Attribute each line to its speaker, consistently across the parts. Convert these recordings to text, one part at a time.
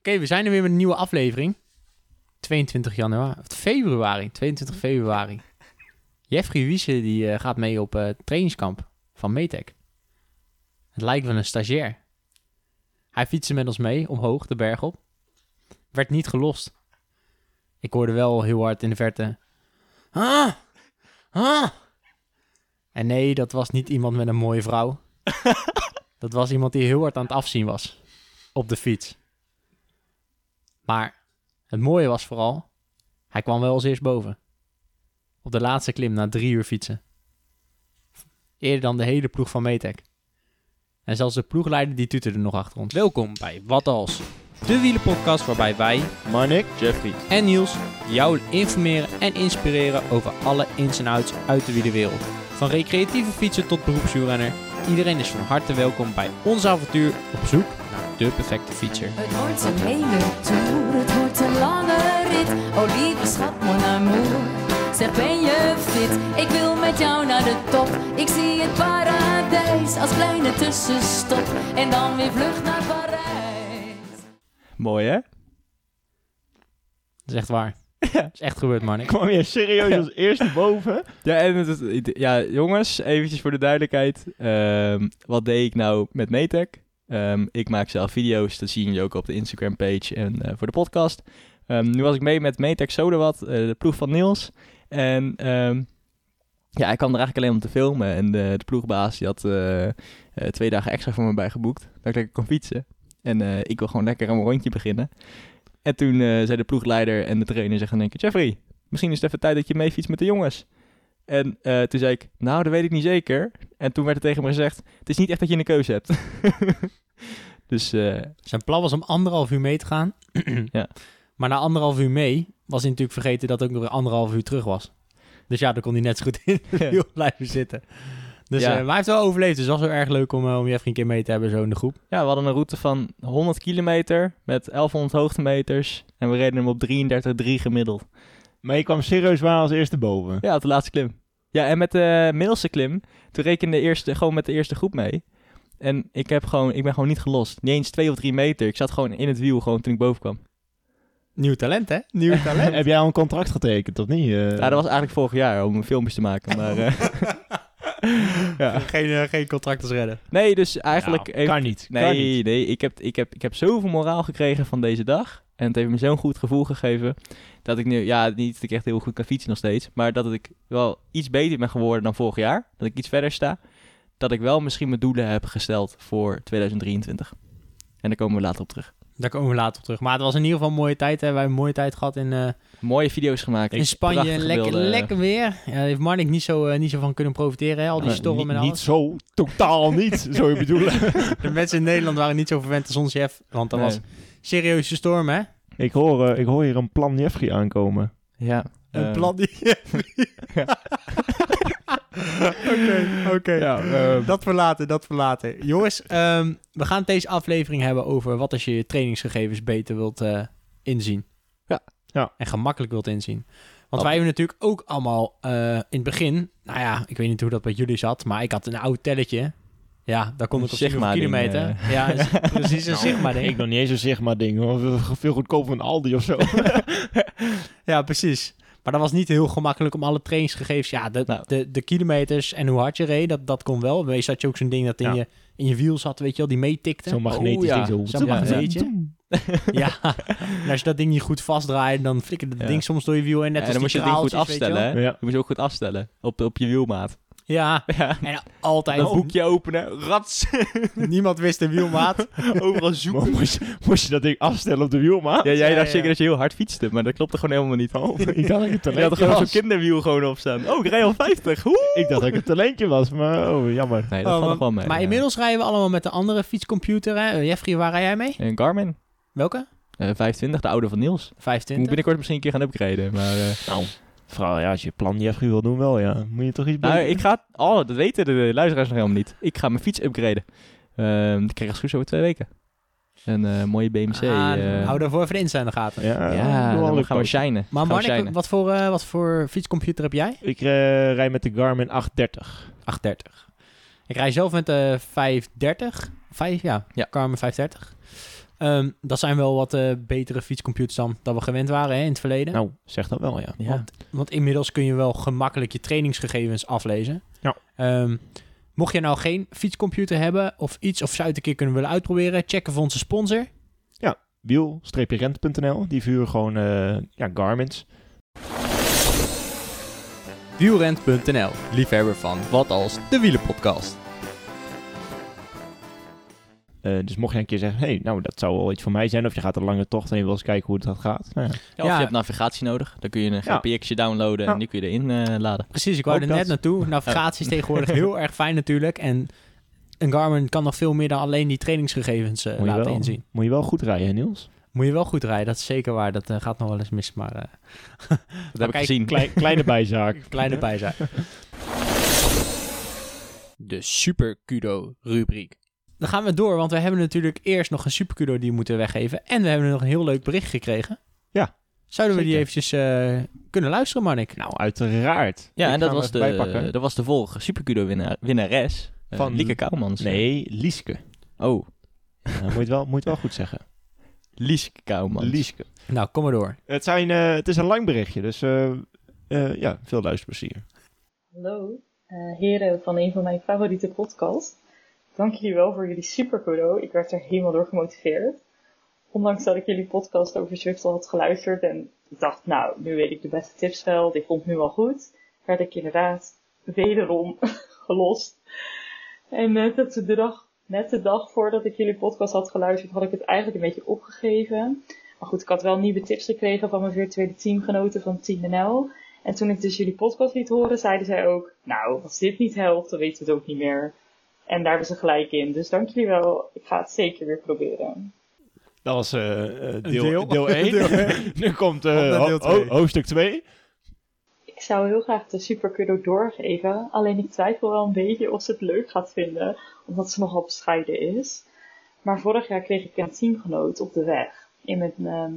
Speaker 1: Oké, we zijn er weer met een nieuwe aflevering. 22 februari. Jeffrey Wiese die gaat mee op trainingskamp van Metec. Het lijkt wel een stagiair. Hij fietste met ons mee, omhoog, de berg op. Werd niet gelost. Ik hoorde wel heel hard in de verte... En nee, dat was niet iemand met een mooie vrouw. Dat was iemand die heel hard aan het afzien was. Op de fiets. Maar het mooie was vooral... Hij kwam wel als eerst boven. Op de laatste klim na 3 uur fietsen. Eerder dan de hele ploeg van Metec. En zelfs de ploegleider die tuterde nog achter ons.
Speaker 2: Welkom bij Wat Als, de wielerpodcast waarbij wij,
Speaker 3: Marnik, Jeffrey
Speaker 2: en Niels jou informeren en inspireren over alle ins en outs uit de wielerwereld. Van recreatieve fietser tot beroepswielrenner, iedereen is van harte welkom bij ons avontuur op zoek naar de perfecte fietser.
Speaker 4: Het wordt een hele tour, het wordt een lange rit. Oh lieve schat, mon amour, zeg ben je fit? Ik wil met jou naar de top, ik zie het paradijs als kleine tussenstop. En dan weer vlucht naar Parijs.
Speaker 3: Mooi, hè?
Speaker 1: Dat is echt waar. Dat is echt gebeurd, man.
Speaker 3: Kwam je serieus als eerste boven? Ja, en jongens, eventjes voor de duidelijkheid. Wat deed ik nou met Metec? Ik maak zelf video's, dat zien jullie ook op de Instagram-page en voor de podcast. Nu was ik mee met Metec Sodawat, de ploeg van Niels. En ik kwam er eigenlijk alleen om te filmen. En de ploegbaas die had 2 dagen extra voor me bijgeboekt, dat ik lekker kon fietsen. En ik wil gewoon lekker aan mijn rondje beginnen. En toen zei de ploegleider en de trainer zeggen in één keer... Jeffrey, misschien is het even tijd dat je mee fietst met de jongens. En toen zei ik, nou, dat weet ik niet zeker. En toen werd er tegen me gezegd... Het is niet echt dat je een keuze hebt. Dus...
Speaker 1: Zijn plan was om 1,5 uur mee te gaan.
Speaker 3: Ja.
Speaker 1: Maar na 1,5 uur mee was hij natuurlijk vergeten dat ook nog 1,5 uur terug was. Dus ja, dan kon hij net zo goed in de wiel blijven zitten. Dus, maar hij heeft wel overleefd, dus het was wel erg leuk om Jeffrey een keer mee te hebben zo in de groep.
Speaker 3: Ja, we hadden een route van 100 kilometer met 1100 hoogtemeters. En we reden hem op 33,3 gemiddeld.
Speaker 5: Maar je kwam serieus waar als eerste boven?
Speaker 3: Ja, op de laatste klim. Ja, en met de middelste klim, toen rekende gewoon met de eerste groep mee. En ik ben gewoon niet gelost. Niet eens 2 of 3 meter. Ik zat gewoon in het wiel gewoon toen ik boven kwam.
Speaker 1: Nieuw talent, hè? Nieuw talent.
Speaker 5: Heb jij al een contract getekend, of niet?
Speaker 3: Ja, dat was eigenlijk vorig jaar om filmpjes te maken, maar...
Speaker 1: ja. Geen contract als redden.
Speaker 3: Nee, dus eigenlijk...
Speaker 5: Nou, kan niet.
Speaker 3: Nee, ik heb zoveel moraal gekregen van deze dag. En het heeft me zo'n goed gevoel gegeven... dat ik nu... Ja, niet dat ik echt heel goed kan fietsen nog steeds... maar dat ik wel iets beter ben geworden dan vorig jaar. Dat ik iets verder sta. Dat ik wel misschien mijn doelen heb gesteld voor 2023. En daar komen we later op terug.
Speaker 1: Daar komen we later op terug. Maar het was in ieder geval een mooie tijd. Hè? Wij hebben een mooie tijd gehad in...
Speaker 3: mooie video's gemaakt.
Speaker 1: In Spanje, lekker weer. Ja, daar heeft Marnik niet zo van kunnen profiteren. Hè? Al die storm en alles.
Speaker 5: Niet zo, totaal niet, zou je bedoelen.
Speaker 1: De mensen in Nederland waren niet zo verwend als ons chef. Want er was serieuze storm, hè?
Speaker 5: Ik hoor hier een plan Jeffrey aankomen.
Speaker 3: Ja.
Speaker 1: Een plan Jeffrey. Oké. Ja, dat verlaten. Jongens, we gaan deze aflevering hebben over wat als je je trainingsgegevens beter wilt inzien.
Speaker 5: Ja.
Speaker 1: En gemakkelijk wilt inzien. Want wij hebben natuurlijk ook allemaal in het begin... Nou ja, ik weet niet hoe dat bij jullie zat... maar ik had een oud telletje. Ja, daar kon ik op 7 kilometer. Ja, precies een Sigma-ding.
Speaker 5: Ik nog niet eens een Sigma-ding, hoor. Veel goedkoper van Aldi of zo.
Speaker 1: Ja, precies. Maar dat was niet heel gemakkelijk om alle trainingsgegevens... Ja, de kilometers en hoe hard je reed, dat kon wel. Meestal had je ook zo'n ding dat in je wiel zat, weet je wel, die meetikte.
Speaker 5: Zo'n magnetisch ding zo.
Speaker 1: Zo'n magneetje. Ja, en als je dat ding niet goed vastdraait, dan flikkerde het ding soms door je wiel. En net als
Speaker 3: dan moest je het ding goed afstellen, hè?
Speaker 5: Ja.
Speaker 3: Je moest je ook goed afstellen op je wielmaat.
Speaker 1: Ja, en altijd...
Speaker 3: Dat boekje openen, rats.
Speaker 1: Niemand wist de wielmaat.
Speaker 3: Overal zoeken.
Speaker 5: Moest je dat ding afstellen op de wielmaat?
Speaker 3: Ja, jij dacht zeker dat je heel hard fietste, maar dat klopte gewoon helemaal niet.
Speaker 5: Ik dacht dat ik een talentje
Speaker 3: je had er gewoon
Speaker 5: was.
Speaker 3: zo'n kinderwiel gewoon op staan. Oh, ik rij al 50.
Speaker 5: Ik dacht dat ik een talentje was, maar jammer.
Speaker 3: Nee, dat valt nog wel mee.
Speaker 1: Maar inmiddels rijden we allemaal met de andere fietscomputer. Hè? Jeffrey, waar rij jij mee?
Speaker 3: Een Garmin.
Speaker 1: Welke?
Speaker 3: 25, de oude van Niels.
Speaker 1: 25.
Speaker 3: Moet binnenkort misschien een keer gaan upgraden, maar...
Speaker 5: Vooral als je plan Jeffrey wil doen wel, ja. Moet je toch iets
Speaker 3: Nou, ik ga... Oh, dat weten de luisteraars nog helemaal niet. Ik ga mijn fiets upgraden. Ik krijg als goed over 2 weken. Een mooie BMC.
Speaker 1: Hou daarvoor even de Insta in de gaten.
Speaker 3: Ja, dan gaan we shinen.
Speaker 1: Maar Marnik, wat voor fietscomputer heb jij?
Speaker 5: Ik rij met de Garmin 830.
Speaker 1: 830. Ik rij zelf met de 530. Garmin 530. Dat zijn wel wat betere fietscomputers dan we gewend waren in het verleden.
Speaker 5: Nou, zeg dat wel, ja.
Speaker 3: Ja.
Speaker 1: Want inmiddels kun je wel gemakkelijk je trainingsgegevens aflezen.
Speaker 5: Ja.
Speaker 1: Mocht je nou geen fietscomputer hebben of iets, of zou je het een keer kunnen willen uitproberen, check even onze sponsor.
Speaker 5: Wiel-rent.nl, die vuren gewoon Garmin's.
Speaker 2: Wielrent.nl, liefhebber van Wat Als, de wielenpodcast.
Speaker 5: Dus mocht je een keer zeggen, nou, dat zou wel iets voor mij zijn, of je gaat een lange tocht en je wil eens kijken hoe dat gaat. Nou ja.
Speaker 3: Ja, of je hebt navigatie nodig. Dan kun je een GPX'je downloaden en die kun je erin laden.
Speaker 1: Precies, ik wou er net naartoe. Navigatie is tegenwoordig heel erg fijn natuurlijk. En een Garmin kan nog veel meer dan alleen die trainingsgegevens laten inzien.
Speaker 5: Moet je wel goed rijden, hè, Niels?
Speaker 1: Moet je wel goed rijden, dat is zeker waar. Dat gaat nog wel eens mis, maar...
Speaker 3: Dat heb ik gezien.
Speaker 5: Kleine bijzaak.
Speaker 1: Kleine bijzaak.
Speaker 2: De Super Kudo rubriek.
Speaker 1: Dan gaan we door, want we hebben natuurlijk eerst nog een Super Kudo die we moeten weggeven. En we hebben nog een heel leuk bericht gekregen.
Speaker 5: Ja.
Speaker 1: Zouden we die
Speaker 5: zeker.
Speaker 1: eventjes kunnen luisteren, Marnik?
Speaker 5: Nou, uiteraard.
Speaker 3: Ja,
Speaker 5: Ik
Speaker 3: en
Speaker 5: ga
Speaker 3: dat
Speaker 5: hem
Speaker 3: was,
Speaker 5: even bijpakken.
Speaker 3: dat was de vorige Superkudo-winnares.
Speaker 5: Van
Speaker 3: Lieke Kouwmans.
Speaker 5: Nee, Lieske.
Speaker 3: Oh,
Speaker 5: Moet je het wel goed zeggen.
Speaker 3: Lieske Kouwmans.
Speaker 5: Lieske.
Speaker 1: Nou, kom maar door.
Speaker 5: Het is een lang berichtje, dus veel luisterplezier.
Speaker 6: Hallo, heren van een van mijn favoriete podcasts. Dank jullie wel voor jullie superkudo. Ik werd er helemaal door gemotiveerd. Ondanks dat ik jullie podcast over Zwift al had geluisterd en ik dacht, nou, nu weet ik de beste tips wel, dit komt nu wel goed, werd ik inderdaad wederom gelost. En net de dag voordat ik jullie podcast had geluisterd, had ik het eigenlijk een beetje opgegeven. Maar goed, ik had wel nieuwe tips gekregen van mijn virtuele teamgenoten van Team NL. En toen ik dus jullie podcast liet horen, zeiden zij ook, nou, als dit niet helpt, dan weten we het ook niet meer. En daar hebben ze gelijk in. Dus dank jullie wel. Ik ga het zeker weer proberen.
Speaker 5: Dat was deel 1. Nu komt hoofdstuk 2.
Speaker 6: Ik zou heel graag de superkudo doorgeven. Alleen ik twijfel wel een beetje of ze het leuk gaat vinden. Omdat ze nogal bescheiden is. Maar vorig jaar kreeg ik een teamgenoot op de weg. In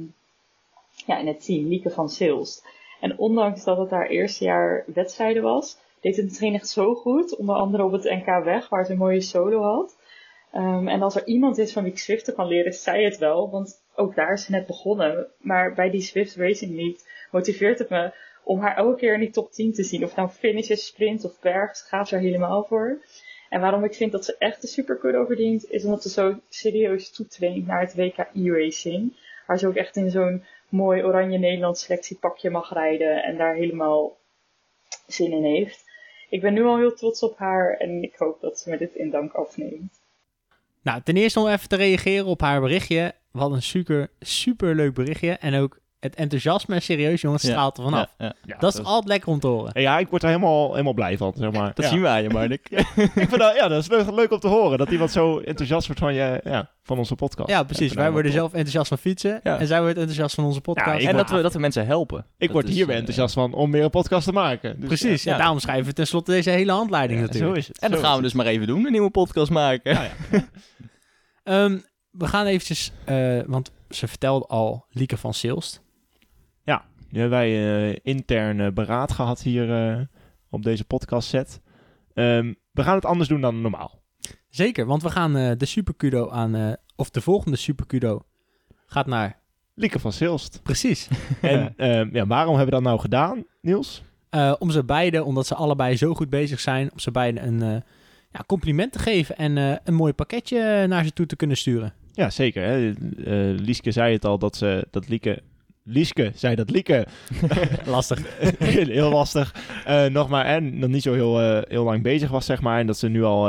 Speaker 6: het team, Lieke van Silst. En ondanks dat het haar eerste jaar wedstrijden was, deed het meteen echt zo goed. Onder andere op het NK weg, waar ze een mooie solo had. En als er iemand is van wie ik Zwiften kan leren, is zij het wel. Want ook daar is ze net begonnen. Maar bij die Zwift Racing League motiveert het me om haar elke keer in die top 10 te zien. Of nou finish is, sprint of berg, ze gaat er helemaal voor. En waarom ik vind dat ze echt de superkudo verdient, is omdat ze zo serieus toetraint naar het WK e-racing. Waar ze ook echt in zo'n mooi oranje Nederlands selectiepakje mag rijden en daar helemaal zin in heeft. Ik ben nu al heel trots op haar en ik hoop dat ze me dit in dank afneemt.
Speaker 1: Nou, ten eerste om even te reageren op haar berichtje. Wat een super leuk berichtje. En ook het enthousiasme, serieus jongens, straalt er vanaf.
Speaker 3: Ja.
Speaker 1: Dat is altijd lekker om te horen.
Speaker 5: Ja, ik word er helemaal blij van, zeg maar.
Speaker 3: Dat zien we aan je, Marnik.
Speaker 5: Ik vind dat is leuk om te horen. Dat iemand zo enthousiast wordt van onze podcast.
Speaker 1: Ja, precies. Wij worden zelf enthousiast van fietsen.
Speaker 3: Ja.
Speaker 1: En zij wordt enthousiast van onze podcast.
Speaker 5: Ja,
Speaker 3: En dat we mensen helpen.
Speaker 5: Ik word hier weer enthousiast van om meer een podcast te maken. Dus,
Speaker 1: Precies.
Speaker 3: ja.
Speaker 1: Daarom schrijven we tenslotte deze hele handleiding natuurlijk.
Speaker 5: Zo is het.
Speaker 3: En dat gaan we dus maar even doen, een nieuwe podcast maken.
Speaker 1: We gaan eventjes, want ze vertelde al Lieke van Silst.
Speaker 5: Nu hebben wij intern beraad gehad hier op deze podcast set. We gaan het anders doen dan normaal.
Speaker 1: Zeker, want we gaan de superkudo of de volgende superkudo gaat naar...
Speaker 5: Lieke van Silst.
Speaker 1: Precies.
Speaker 5: En waarom hebben we dat nou gedaan, Niels?
Speaker 1: Om ze beiden, omdat ze allebei zo goed bezig zijn, om ze beiden een compliment te geven en een mooi pakketje naar ze toe te kunnen sturen.
Speaker 5: Ja, zeker. Hè? Lieske zei het al, Lieske zei dat Lieke...
Speaker 1: Lastig.
Speaker 5: heel lastig. Nog niet zo heel lang bezig was, zeg maar. En dat ze nu al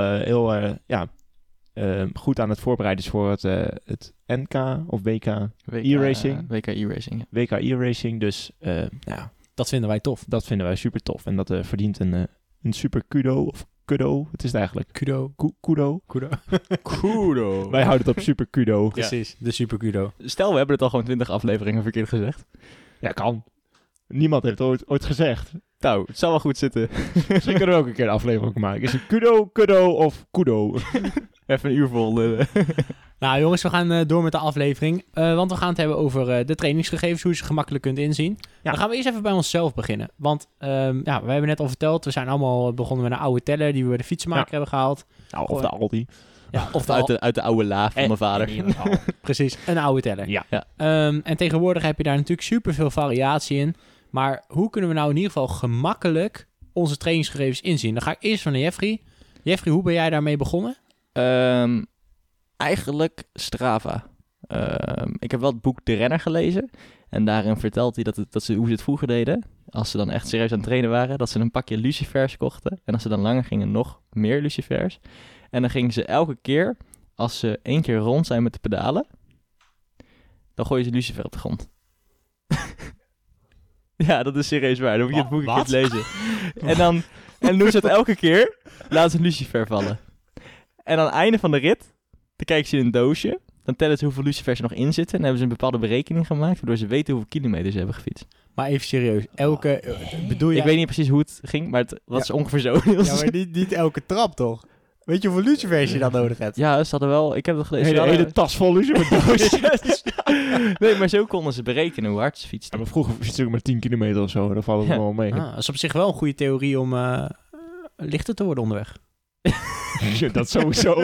Speaker 5: goed aan het voorbereiden is voor het NK of WK e-racing.
Speaker 3: WK e-racing, ja.
Speaker 5: WK e-racing, dus
Speaker 1: Dat vinden wij tof.
Speaker 5: dat vinden wij super tof. En dat verdient een super kudo of kudo. Het is het eigenlijk.
Speaker 1: Kudo.
Speaker 5: Kudo.
Speaker 3: Kudo.
Speaker 5: Wij houden het op super kudo.
Speaker 1: Precies, de superkudo.
Speaker 3: Stel, we hebben het al gewoon 20 afleveringen verkeerd gezegd.
Speaker 5: Ja, kan. Niemand heeft het ooit gezegd.
Speaker 3: Nou, het zou wel goed zitten.
Speaker 5: Misschien kunnen we ook een keer een aflevering maken. Is het kudo of kudo?
Speaker 3: Even een uur vol.
Speaker 1: Nou jongens, we gaan door met de aflevering. Want we gaan het hebben over de trainingsgegevens, hoe je ze gemakkelijk kunt inzien.
Speaker 5: Ja.
Speaker 1: Dan gaan we eerst even bij onszelf beginnen. Want we hebben net al verteld, we zijn allemaal begonnen met een oude teller die we bij de fietsenmaker hebben gehaald.
Speaker 5: Nou, of de Aldi.
Speaker 1: Ja,
Speaker 3: Of uit de oude laaf van mijn vader.
Speaker 5: In ieder geval.
Speaker 1: precies, een oude teller.
Speaker 5: Ja.
Speaker 1: En tegenwoordig heb je daar natuurlijk superveel variatie in. Maar hoe kunnen we nou in ieder geval gemakkelijk onze trainingsgegevens inzien? Dan ga ik eerst van de Jeffrey. Jeffrey, hoe ben jij daarmee begonnen?
Speaker 3: Eigenlijk Strava. Ik heb wel het boek De Renner gelezen. En daarin vertelt hij hoe ze het vroeger deden. Als ze dan echt serieus aan het trainen waren. Dat ze een pakje lucifers kochten. En als ze dan langer gingen, nog meer lucifers. En dan gingen ze elke keer, als ze 1 keer rond zijn met de pedalen, dan gooien ze lucifer op de grond. Ja, dat is serieus waar. Dan moet je het boek een keer
Speaker 5: Wat?
Speaker 3: lezen. En doen ze het elke keer, laten ze een lucifer vallen. En aan het einde van de rit, dan kijken ze in een doosje. Dan tellen ze hoeveel lucifers er nog in zitten. En dan hebben ze een bepaalde berekening gemaakt, waardoor ze weten hoeveel kilometer ze hebben gefietst.
Speaker 1: Maar even serieus, bedoel je...
Speaker 3: Ik weet niet precies hoe het ging, maar het was ongeveer zo.
Speaker 1: Ja, maar niet elke trap, toch? Weet je hoeveel lucifers je dan nodig hebt?
Speaker 3: Ja, ze hadden wel... Ik heb het gelezen.
Speaker 5: Een hele tas vol lucifers.
Speaker 3: Nee, maar zo konden ze berekenen hoe hard ze fietsten.
Speaker 5: Ja, maar vroeger fietste ik maar 10 kilometer of zo. Dan valt het wel mee.
Speaker 1: Dat is op zich wel een goede theorie om lichter te worden onderweg.
Speaker 5: Dat sowieso.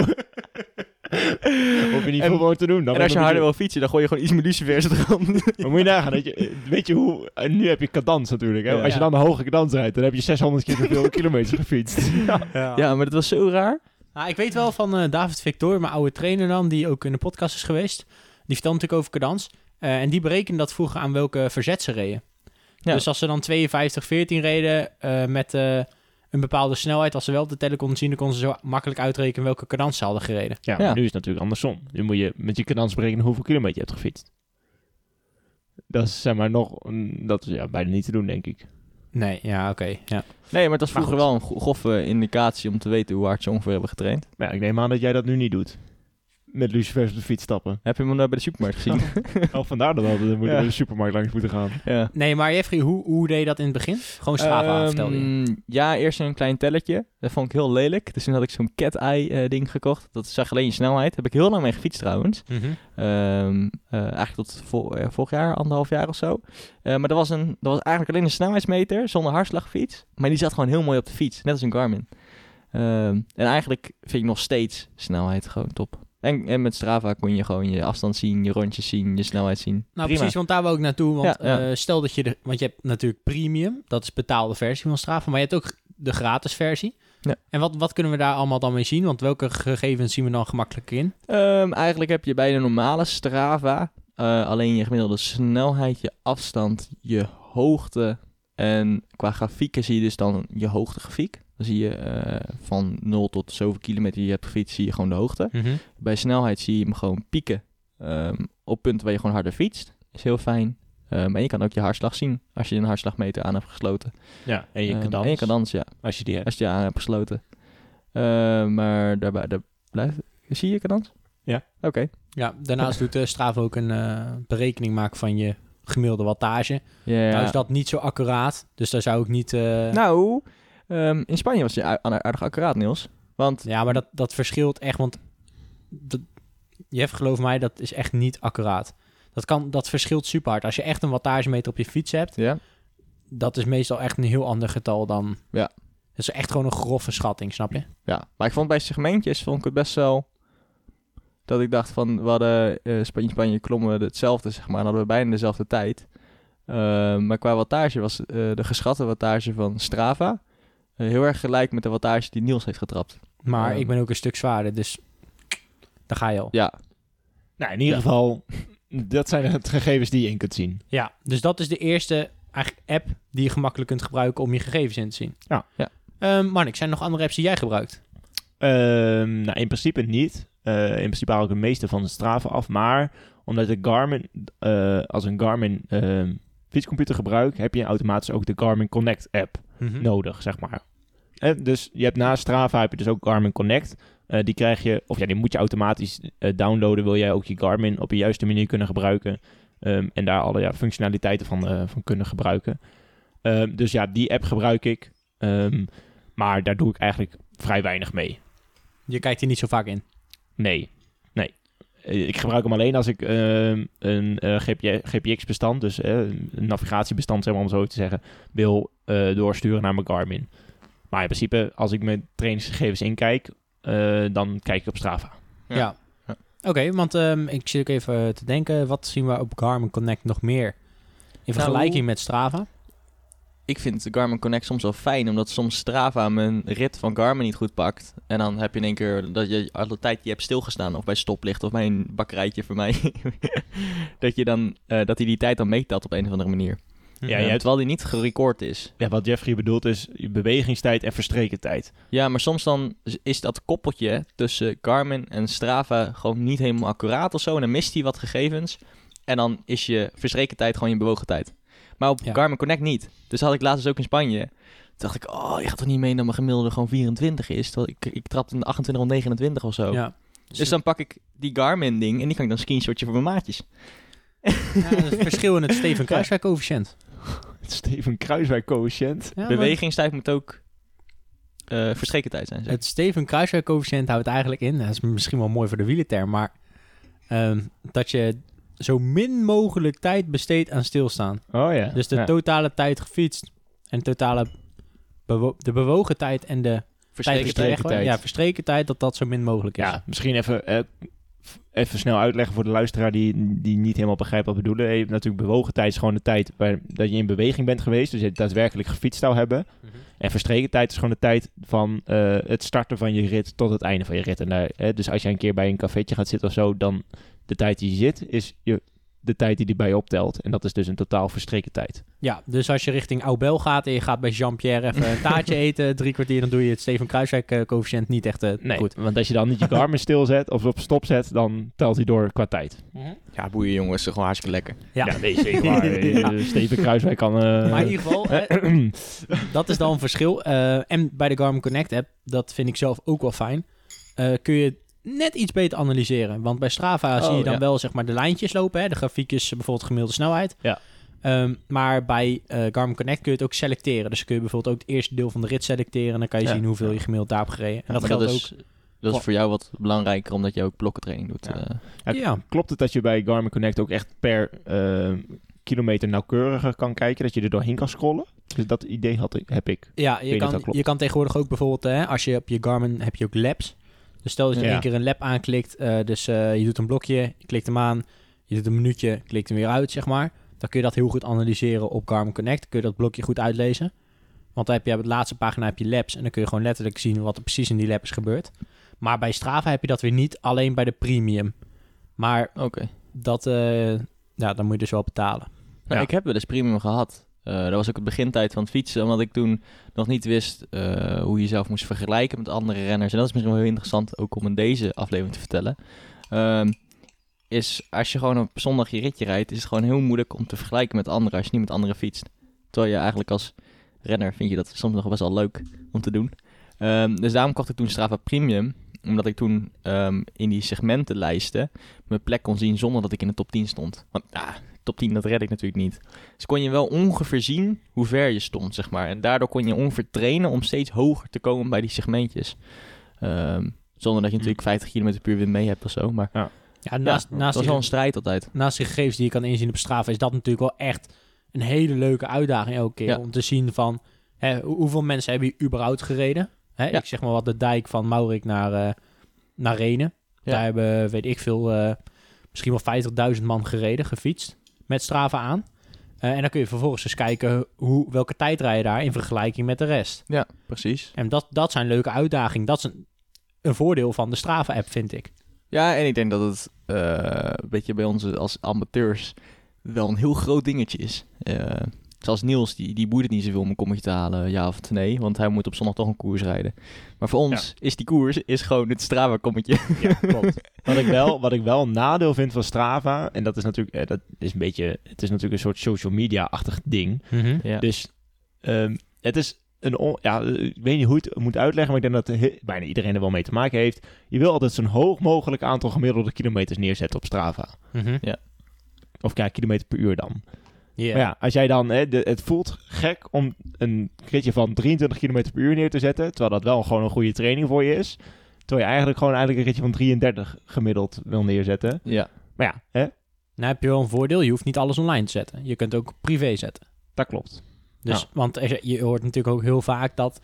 Speaker 5: Hoef je niet veel more te doen. Dan
Speaker 3: En als je harder wil fietsen, dan gooi je gewoon iets meer lucifers op de grond.
Speaker 5: Maar moet je nagaan, weet je hoe... Nu heb je cadans natuurlijk. Hè?
Speaker 3: Ja.
Speaker 5: Als je dan een hoge cadans rijdt, dan heb je 600 keer zoveel kilometers gefietst.
Speaker 3: Ja, maar dat was zo raar.
Speaker 1: Nou, ik weet wel van David Victor, mijn oude trainer dan, die ook in de podcast is geweest. Die vertelde natuurlijk over cadans. En die berekende dat vroeger aan welke verzet ze reden.
Speaker 3: Ja.
Speaker 1: Dus als ze dan 52-14 reden met een bepaalde snelheid, als ze wel op de teller konden zien, dan konden ze zo makkelijk uitrekenen welke cadans ze hadden gereden.
Speaker 5: Ja, maar nu is het natuurlijk andersom. Nu moet je met je cadans berekenen hoeveel kilometer je hebt gefietst. Dat is zeg maar dat is bijna niet te doen, denk ik.
Speaker 1: Nee, ja, oké. Ja.
Speaker 3: Nee, maar het was
Speaker 5: Maar
Speaker 3: vroeger wel een grove indicatie om te weten hoe hard ze ongeveer hebben getraind.
Speaker 5: Maar ja, ik neem aan dat jij dat nu niet doet. Met lucifers op de fiets stappen.
Speaker 3: Heb je hem bij de supermarkt gezien?
Speaker 5: Oh, vandaar dat we
Speaker 3: Ja.
Speaker 5: de supermarkt langs moeten gaan.
Speaker 3: Ja.
Speaker 1: Nee, maar Jeffrey, hoe deed je dat in het begin? Gewoon Strava, vertelde je.
Speaker 3: Ja, eerst een klein telletje. Dat vond ik heel lelijk. Dus toen had ik zo'n cat-eye ding gekocht. Dat zag alleen je snelheid. Heb ik heel lang mee gefietst trouwens. Eigenlijk tot vorig jaar, 1,5 jaar of zo. Maar dat was eigenlijk alleen een snelheidsmeter zonder hartslagfiets. Maar die zat gewoon heel mooi op de fiets. Net als een Garmin. En eigenlijk vind ik nog steeds snelheid gewoon top. En met Strava kon je gewoon je afstand zien, je rondjes zien, je snelheid zien.
Speaker 1: Nou,
Speaker 3: Prima.
Speaker 1: precies, want daar wou ik naartoe. Want
Speaker 3: Ja.
Speaker 1: stel dat want je hebt natuurlijk premium, dat is betaalde versie van Strava, maar je hebt ook de gratis versie.
Speaker 3: Ja.
Speaker 1: En wat kunnen we daar allemaal dan mee zien? Want welke gegevens zien we dan gemakkelijk in?
Speaker 3: Eigenlijk heb je bij de normale Strava alleen je gemiddelde snelheid, je afstand, je hoogte. En qua grafieken zie je dus dan je hoogtegrafiek. Dan zie je van 0 tot zoveel kilometer je hebt gefietst, zie je gewoon de hoogte. Bij snelheid zie je hem gewoon pieken op punten waar je gewoon harder fietst. Is heel fijn. En je kan ook je hartslag zien als je een hartslagmeter aan hebt gesloten.
Speaker 5: Ja, en je cadans.
Speaker 3: En je cadans, ja.
Speaker 5: Als je die hebt.
Speaker 3: Als je die aan hebt gesloten. Maar daarbij blijft... Zie je cadans?
Speaker 5: Ja.
Speaker 3: Oké.
Speaker 1: Ja, daarnaast doet Strava ook een berekening maken van je gemiddelde wattage.
Speaker 3: Ja.
Speaker 1: Nou is dat niet zo accuraat, dus daar zou ik niet...
Speaker 3: Nou, in Spanje was je aardig accuraat, Niels. Want
Speaker 1: Ja, maar dat verschilt echt, want Jeff, geloof mij, dat is echt niet accuraat. Dat verschilt super hard. Als je echt een wattagemeter op je fiets hebt,
Speaker 3: ja,
Speaker 1: dat is meestal echt een heel ander getal dan...
Speaker 3: Ja.
Speaker 1: Dat is echt gewoon een grove schatting, snap je?
Speaker 3: ja, maar ik vond bij segmentjes vond ik het best wel dat ik dacht van we hadden Spanje klommen we hetzelfde, zeg maar, en hadden we bijna dezelfde tijd. Maar qua wattage was de geschatte wattage van Strava heel erg gelijk met de wattage die Niels heeft getrapt.
Speaker 1: Maar ik ben ook een stuk zwaarder, dus daar ga je al.
Speaker 3: Ja,
Speaker 5: Nou, in ieder geval, dat zijn het gegevens die je in kunt zien.
Speaker 1: Ja, dus dat is de eerste eigenlijk app die je gemakkelijk kunt gebruiken om je gegevens in te zien.
Speaker 5: Ja.
Speaker 1: Marnik, zijn er nog andere apps die jij gebruikt?
Speaker 5: Nou, in principe niet. In principe haal ik de meeste van de Strava af. Maar omdat de Garmin, als een Garmin fietscomputer gebruik, heb je automatisch ook de Garmin Connect app nodig, zeg maar. Dus je hebt naast Strava heb je dus ook Garmin Connect. Die krijg je, of ja, die moet je automatisch downloaden. Wil jij ook je Garmin op de juiste manier kunnen gebruiken. En daar alle functionaliteiten van kunnen gebruiken. Dus ja, die app gebruik ik. Maar daar doe ik eigenlijk vrij weinig mee.
Speaker 1: Je kijkt hier niet zo vaak in.
Speaker 5: Nee. Ik gebruik hem alleen als ik een GPX-bestand, dus een navigatiebestand, zeg maar, om zo te zeggen, wil doorsturen naar mijn Garmin. Maar in principe, als ik mijn trainingsgegevens inkijk, dan kijk ik op Strava.
Speaker 1: Ja. Oké, want ik zit ook even te denken, wat zien we op Garmin Connect nog meer in vergelijking met Strava?
Speaker 3: Ik vind de Garmin Connect soms wel fijn, omdat soms Strava mijn rit van Garmin niet goed pakt. En dan heb je in één keer dat je alle tijd je hebt stilgestaan, of bij stoplicht, of bij een bakkerijtje voor mij. dat hij die tijd dan meetelt op een of andere manier.
Speaker 5: Ja,
Speaker 3: terwijl die niet gerecord is.
Speaker 5: Ja, wat Jeffrey bedoelt is je bewegingstijd en verstreken tijd.
Speaker 3: Ja, maar soms dan is dat koppeltje tussen Garmin en Strava gewoon niet helemaal accuraat of zo. En dan mist hij wat gegevens. En dan is je verstreken tijd gewoon je bewogen tijd. Maar op Garmin Connect niet. Dus dat had ik laatst dus ook in Spanje. Toen dacht ik, je gaat toch niet mee dat mijn gemiddelde gewoon 24 is? Terwijl ik trapte in de 28 of 29 of zo.
Speaker 1: Ja.
Speaker 3: Dus dan pak ik die Garmin ding en die kan ik dan screenshotje voor mijn maatjes.
Speaker 1: Het verschil in het Steven Kruiswijk coëfficiënt.
Speaker 5: Het Steven Kruiswijk coëfficiënt.
Speaker 1: Ja,
Speaker 3: bewegingstijd moet ook verstreken tijd zijn. Zeg.
Speaker 1: Het Steven Kruiswijk coëfficiënt houdt eigenlijk in, dat is misschien wel mooi voor de wielerterm, maar dat je zo min mogelijk tijd besteedt aan stilstaan.
Speaker 5: Oh ja.
Speaker 1: Dus de totale tijd gefietst en de bewogen tijd en de
Speaker 5: verstreken tijd.
Speaker 1: Ja, verstreken tijd, dat zo min mogelijk is.
Speaker 5: Ja, misschien even snel uitleggen voor de luisteraar die niet helemaal begrijpt wat we bedoelen. Je hebt natuurlijk bewogen tijd is gewoon de tijd dat je in beweging bent geweest. Dus je daadwerkelijk gefietst zou hebben. Mm-hmm. En verstreken tijd is gewoon de tijd van het starten van je rit tot het einde van je rit. En dus als je een keer bij een cafeetje gaat zitten of zo, dan de tijd die je zit is de tijd die erbij optelt. En dat is dus een totaal verstreken tijd.
Speaker 1: Ja, dus als je richting Aubel gaat en je gaat bij Jean-Pierre even een taartje eten, 3 kwartier, dan doe je het Steven Kruiswijk coëfficiënt niet echt goed.
Speaker 5: Want als je dan niet je Garmin stilzet of op stop zet, dan telt hij door qua tijd.
Speaker 1: Mm-hmm.
Speaker 3: Ja, boeien jongens, gewoon hartstikke lekker.
Speaker 5: Ja, nee, zeker waar. Steven Kruiswijk kan...
Speaker 1: Maar in ieder geval, dat is dan een verschil. En bij de Garmin Connect app, dat vind ik zelf ook wel fijn, kun je net iets beter analyseren. Want bij Strava zie je dan wel zeg maar de lijntjes lopen. Hè? De grafiekjes, bijvoorbeeld gemiddelde snelheid.
Speaker 5: Ja.
Speaker 1: Maar bij Garmin Connect kun je het ook selecteren. Dus kun je bijvoorbeeld ook het eerste deel van de rit selecteren. En dan kan je zien hoeveel je gemiddeld daar hebt gereden. En dat geldt ook...
Speaker 3: Dat is voor jou wat belangrijker, omdat je ook blokkentraining doet.
Speaker 5: Klopt het dat je bij Garmin Connect ook echt per kilometer nauwkeuriger kan kijken? Dat je er doorheen kan scrollen? Dus dat idee heb ik.
Speaker 1: Ja, je kan tegenwoordig ook bijvoorbeeld... als je op je Garmin heb je ook labs. Dus stel dat je 1 keer een lab aanklikt. Je doet een blokje, je klikt hem aan. Je doet een minuutje, klikt hem weer uit, zeg maar. Dan kun je dat heel goed analyseren op Garmin Connect. Kun je dat blokje goed uitlezen. Want dan heb je op de laatste pagina heb je labs. En dan kun je gewoon letterlijk zien wat er precies in die lab is gebeurd. Maar bij Strava heb je dat weer niet, alleen bij de premium. Maar dat, dan moet je dus wel betalen.
Speaker 3: Nou, ik heb wel eens premium gehad. Dat was ook het begintijd van het fietsen, omdat ik toen nog niet wist hoe je jezelf moest vergelijken met andere renners. En dat is misschien wel heel interessant, ook om in deze aflevering te vertellen. Is als je gewoon op zondag je ritje rijdt, is het gewoon heel moeilijk om te vergelijken met anderen als je niet met anderen fietst. Terwijl je eigenlijk als renner vind je dat soms nog best wel leuk om te doen. Dus daarom kocht ik toen Strava Premium, omdat ik toen in die segmentenlijsten mijn plek kon zien zonder dat ik in de top 10 stond. Want top 10, dat red ik natuurlijk niet. Dus kon je wel ongeveer zien hoe ver je stond, zeg maar. En daardoor kon je ongeveer trainen om steeds hoger te komen bij die segmentjes. Zonder dat je natuurlijk 50 km per uur weer mee hebt of zo. Maar
Speaker 1: naast
Speaker 3: dat was wel een strijd altijd.
Speaker 1: Naast de gegevens die je kan inzien op Strava is dat natuurlijk wel echt een hele leuke uitdaging elke keer. Ja. Om te zien van hoeveel mensen hebben hier überhaupt gereden. Ik zeg maar wat de dijk van Maurik naar Renen. Ja. Daar hebben, weet ik veel, misschien wel 50.000 man gereden, gefietst. Met Strava aan. En dan kun je vervolgens eens kijken welke tijd rij je daar in vergelijking met de rest.
Speaker 3: Ja, precies.
Speaker 1: En dat zijn leuke uitdagingen. Dat is een voordeel van de Strava-app, vind ik.
Speaker 3: Ja, en ik denk dat het een beetje bij ons als amateurs wel een heel groot dingetje is. Zoals Niels, die boeit het niet zoveel om een kommetje te halen, ja of nee. Want hij moet op zondag toch een koers rijden. Maar voor ons is die koers gewoon het Strava-kommetje.
Speaker 5: Ja, klopt. Wat ik wel een nadeel vind van Strava, en dat is natuurlijk, het is natuurlijk een soort social media-achtig ding.
Speaker 1: Mm-hmm.
Speaker 3: Ja.
Speaker 5: Dus het is ik weet niet hoe ik het moet uitleggen, maar ik denk dat bijna iedereen er wel mee te maken heeft. Je wil altijd zo'n hoog mogelijk aantal gemiddelde kilometers neerzetten op Strava.
Speaker 1: Mm-hmm.
Speaker 5: Ja. Of kilometer per uur dan.
Speaker 1: Yeah.
Speaker 5: Maar als jij dan... het voelt gek om een ritje van 23 km per uur neer te zetten, terwijl dat wel gewoon een goede training voor je is. Terwijl je eigenlijk een ritje van 33 gemiddeld wil neerzetten.
Speaker 3: Ja.
Speaker 5: Maar ja,
Speaker 1: Nou heb je wel een voordeel. Je hoeft niet alles online te zetten. Je kunt ook privé zetten.
Speaker 5: Dat klopt.
Speaker 1: Dus, want je hoort natuurlijk ook heel vaak dat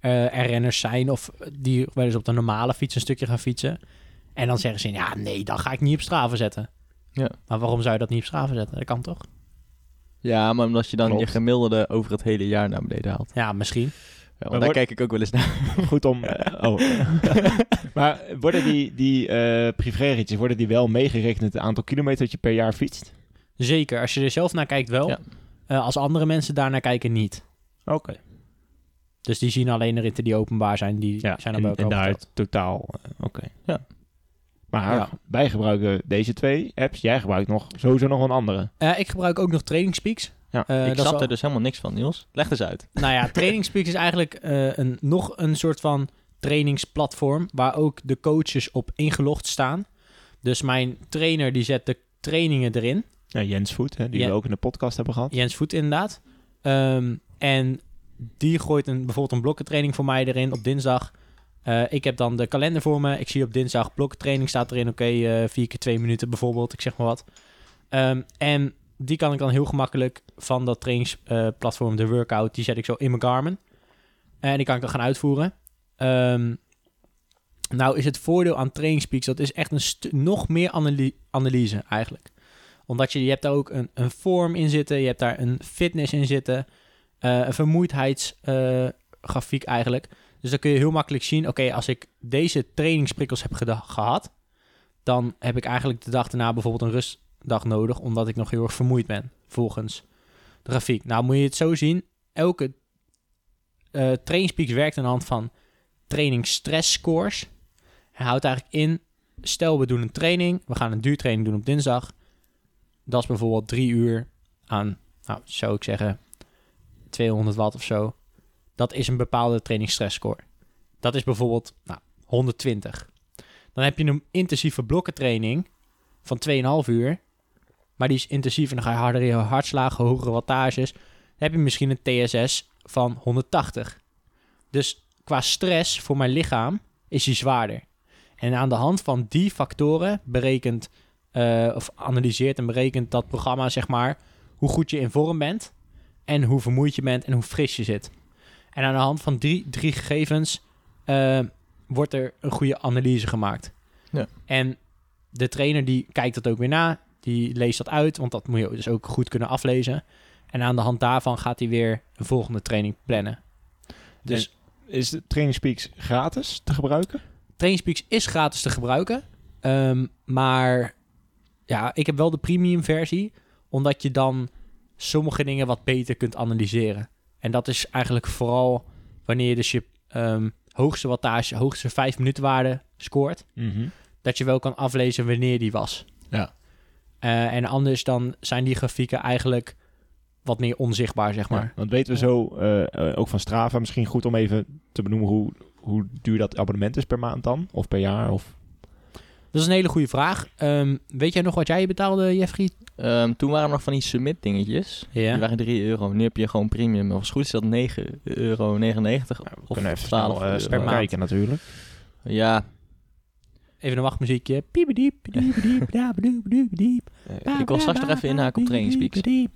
Speaker 1: er renners zijn of die wel eens op de normale fiets een stukje gaan fietsen. En dan zeggen ze, ja, nee, dan ga ik niet op Strava zetten.
Speaker 3: Ja.
Speaker 1: Maar waarom zou je dat niet op Strava zetten? Dat kan toch?
Speaker 3: Ja, maar omdat je dan
Speaker 5: Klopt.
Speaker 3: je gemiddelde over het hele jaar naar beneden haalt.
Speaker 1: Ja, misschien.
Speaker 3: Ja, want daar kijk ik ook wel eens naar.
Speaker 5: Goed om... Maar worden die privéritjes, worden die wel meegerekend het aantal kilometer dat je per jaar fietst?
Speaker 1: Zeker, als je er zelf naar kijkt wel.
Speaker 3: Ja.
Speaker 1: Als andere mensen daar naar kijken niet.
Speaker 5: Oké.
Speaker 1: Dus die zien alleen de ritten die openbaar zijn. Die
Speaker 5: Ja,
Speaker 1: zijn dan bij elkaar
Speaker 5: en daar
Speaker 1: opgeteld.
Speaker 5: totaal... Oké.
Speaker 3: Ja.
Speaker 5: Maar
Speaker 1: Ja.
Speaker 5: wij gebruiken deze 2 apps. Jij gebruikt sowieso nog een andere.
Speaker 1: Ik gebruik ook nog TrainingsPeaks.
Speaker 5: Ja,
Speaker 3: Ik
Speaker 1: dat is
Speaker 3: snap
Speaker 1: wel-
Speaker 3: er dus helemaal niks van, Niels. Leg eens uit.
Speaker 1: Nou ja, TrainingsPeaks is eigenlijk nog een soort van trainingsplatform waar ook de coaches op ingelogd staan. Dus mijn trainer die zet de trainingen erin.
Speaker 5: Ja, Jens Voet, hè, die
Speaker 1: Ja.
Speaker 5: we ook in de podcast hebben gehad.
Speaker 1: Jens Voet inderdaad. En die gooit bijvoorbeeld een blokkentraining voor mij erin op dinsdag. Ik heb dan de kalender voor me. Ik zie op dinsdag blokkentraining staat erin. Oké, 4 keer 2 minuten bijvoorbeeld. Ik zeg maar wat. En die kan ik dan heel gemakkelijk van dat trainingsplatform, de workout, die zet ik zo in mijn Garmin. En die kan ik dan gaan uitvoeren. Nou is het voordeel aan TrainingsPeaks, dat is echt nog meer analyse eigenlijk. Omdat je hebt daar ook een vorm in zitten, je hebt daar een fitness in zitten, een vermoeidheidsgrafiek eigenlijk. Dus dan kun je heel makkelijk zien, oké, als ik deze trainingsprikkels heb gehad, dan heb ik eigenlijk de dag daarna bijvoorbeeld een rustdag nodig, omdat ik nog heel erg vermoeid ben, volgens de grafiek. Nou moet je het zo zien, elke TrainingsPeaks werkt aan de hand van trainingsstressscores. Hij houdt eigenlijk in, stel we doen een training, we gaan een duurtraining doen op dinsdag. Dat is bijvoorbeeld 3 uur aan, nou zou ik zeggen, 200 watt of zo. Dat is een bepaalde trainingsstressscore. Dat is bijvoorbeeld 120. Dan heb je een intensieve blokkentraining van 2,5 uur. Maar die is intensief en dan ga je harder in je hartslagen, hogere wattages. Dan heb je misschien een TSS van 180. Dus qua stress voor mijn lichaam is die zwaarder. En aan de hand van die factoren berekent of analyseert en berekent dat programma, zeg maar, hoe goed je in vorm bent en hoe vermoeid je bent en hoe fris je zit. En aan de hand van drie gegevens wordt er een goede analyse gemaakt.
Speaker 3: Ja.
Speaker 1: En de trainer die kijkt dat ook weer na, die leest dat uit, want dat moet je dus ook goed kunnen aflezen. En aan de hand daarvan gaat hij weer een volgende training plannen. Dus
Speaker 5: Is de TrainingsPeaks gratis te gebruiken?
Speaker 1: TrainingsPeaks is gratis te gebruiken. Maar ja, ik heb wel de premium versie, omdat je dan sommige dingen wat beter kunt analyseren. En dat is eigenlijk vooral wanneer je dus je hoogste wattage, hoogste 5 minuten waarde scoort, dat je wel kan aflezen wanneer die was.
Speaker 5: Ja.
Speaker 1: En anders dan zijn die grafieken eigenlijk wat meer onzichtbaar, zeg maar.
Speaker 5: Ja, want weten we zo, ook van Strava, misschien goed om even te benoemen hoe duur dat abonnement is per maand dan? Of per jaar? Of...
Speaker 1: Dat is een hele goede vraag. Weet jij nog wat jij betaalde, Jeffrey?
Speaker 3: Toen waren er nog van die summit dingetjes.
Speaker 1: Ja.
Speaker 3: Die waren €3. Nu heb je gewoon premium. Of goed is dat €9,99
Speaker 5: We
Speaker 3: of
Speaker 5: kunnen even
Speaker 3: 12
Speaker 5: snel
Speaker 3: euro.
Speaker 5: per
Speaker 1: maand.
Speaker 5: kijken natuurlijk.
Speaker 3: Ja,
Speaker 1: Even een wachtmuziekje. Piepediep, piepediep, dabedoebedoebediep.
Speaker 3: ik wil straks nog even inhaken op TrainingsPeaks.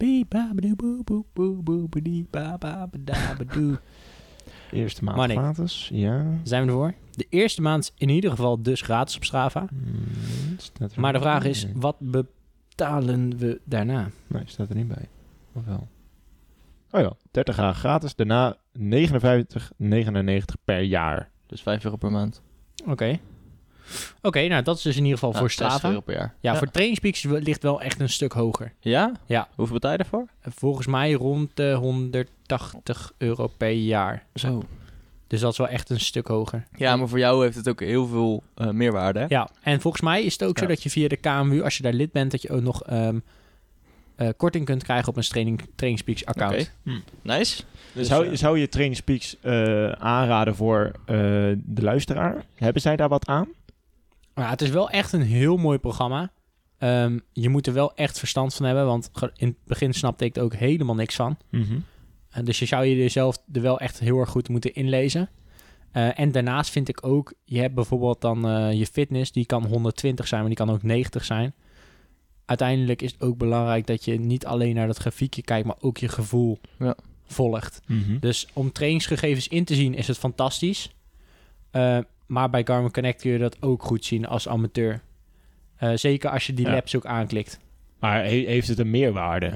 Speaker 5: Eerste maand
Speaker 1: Manik.
Speaker 5: gratis, ja.
Speaker 1: Zijn we ervoor? De eerste maand is in ieder geval dus gratis op Strava.
Speaker 5: Staat er
Speaker 1: Maar de vraag
Speaker 5: bij?
Speaker 1: is, wat betalen we daarna?
Speaker 5: Nee, staat er niet bij. Of wel? Oh ja, 30 dagen gratis. Daarna €59,99 per jaar.
Speaker 3: Dus €5 per maand.
Speaker 1: Oké, nou dat is dus in ieder geval voor Strava.
Speaker 3: €60 per jaar.
Speaker 1: Ja, voor TrainingsPeaks ligt wel echt een stuk hoger.
Speaker 3: Ja?
Speaker 1: Ja.
Speaker 3: Hoeveel betaal je daarvoor?
Speaker 1: Volgens mij rond de €180 per jaar.
Speaker 3: Zo.
Speaker 1: Dus dat is wel echt een stuk hoger.
Speaker 3: Ja, maar voor jou heeft het ook heel veel meerwaarde, hè?
Speaker 1: Ja, en volgens mij is het ook zo
Speaker 5: Ja.
Speaker 1: dat je via de KMU, als je daar lid bent, dat je ook nog korting kunt krijgen op een TrainingsPeaks account.
Speaker 3: Oké. Nice.
Speaker 5: Dus zou je TrainingsPeaks aanraden voor de luisteraar? Hebben zij daar wat aan?
Speaker 1: Maar het is wel echt een heel mooi programma. Je moet er wel echt verstand van hebben, want in het begin snapte ik er ook helemaal niks van. Dus je zou jezelf er wel echt heel erg goed moeten inlezen. En daarnaast vind ik ook, je hebt bijvoorbeeld dan je fitness, die kan 120 zijn, maar die kan ook 90 zijn. Uiteindelijk is het ook belangrijk dat je niet alleen naar dat grafiekje kijkt, maar ook je gevoel.
Speaker 3: Ja.
Speaker 1: volgt.
Speaker 5: Mhm.
Speaker 1: Dus om trainingsgegevens in te zien is het fantastisch. Maar bij Garmin Connect kun je dat ook goed zien als amateur. Zeker als je die labs ook aanklikt.
Speaker 5: Maar heeft het een meerwaarde?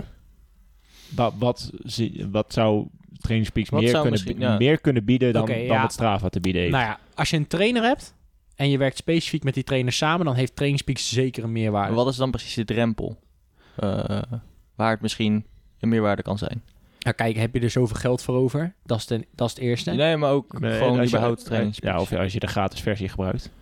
Speaker 5: Wat zou TrainingsPeaks meer kunnen bieden dan wat Strava te bieden heeft?
Speaker 1: Nou ja, als je een trainer hebt en je werkt specifiek met die trainer samen, dan heeft TrainingsPeaks zeker een meerwaarde.
Speaker 3: Maar wat is dan precies de drempel? Waar het misschien een meerwaarde kan zijn?
Speaker 1: Nou kijk, heb je er zoveel geld voor over? Dat is het eerste.
Speaker 3: Nee, maar ook gewoon überhaupt TrainingsPeaks.
Speaker 5: Ja, of als je de gratis versie gebruikt.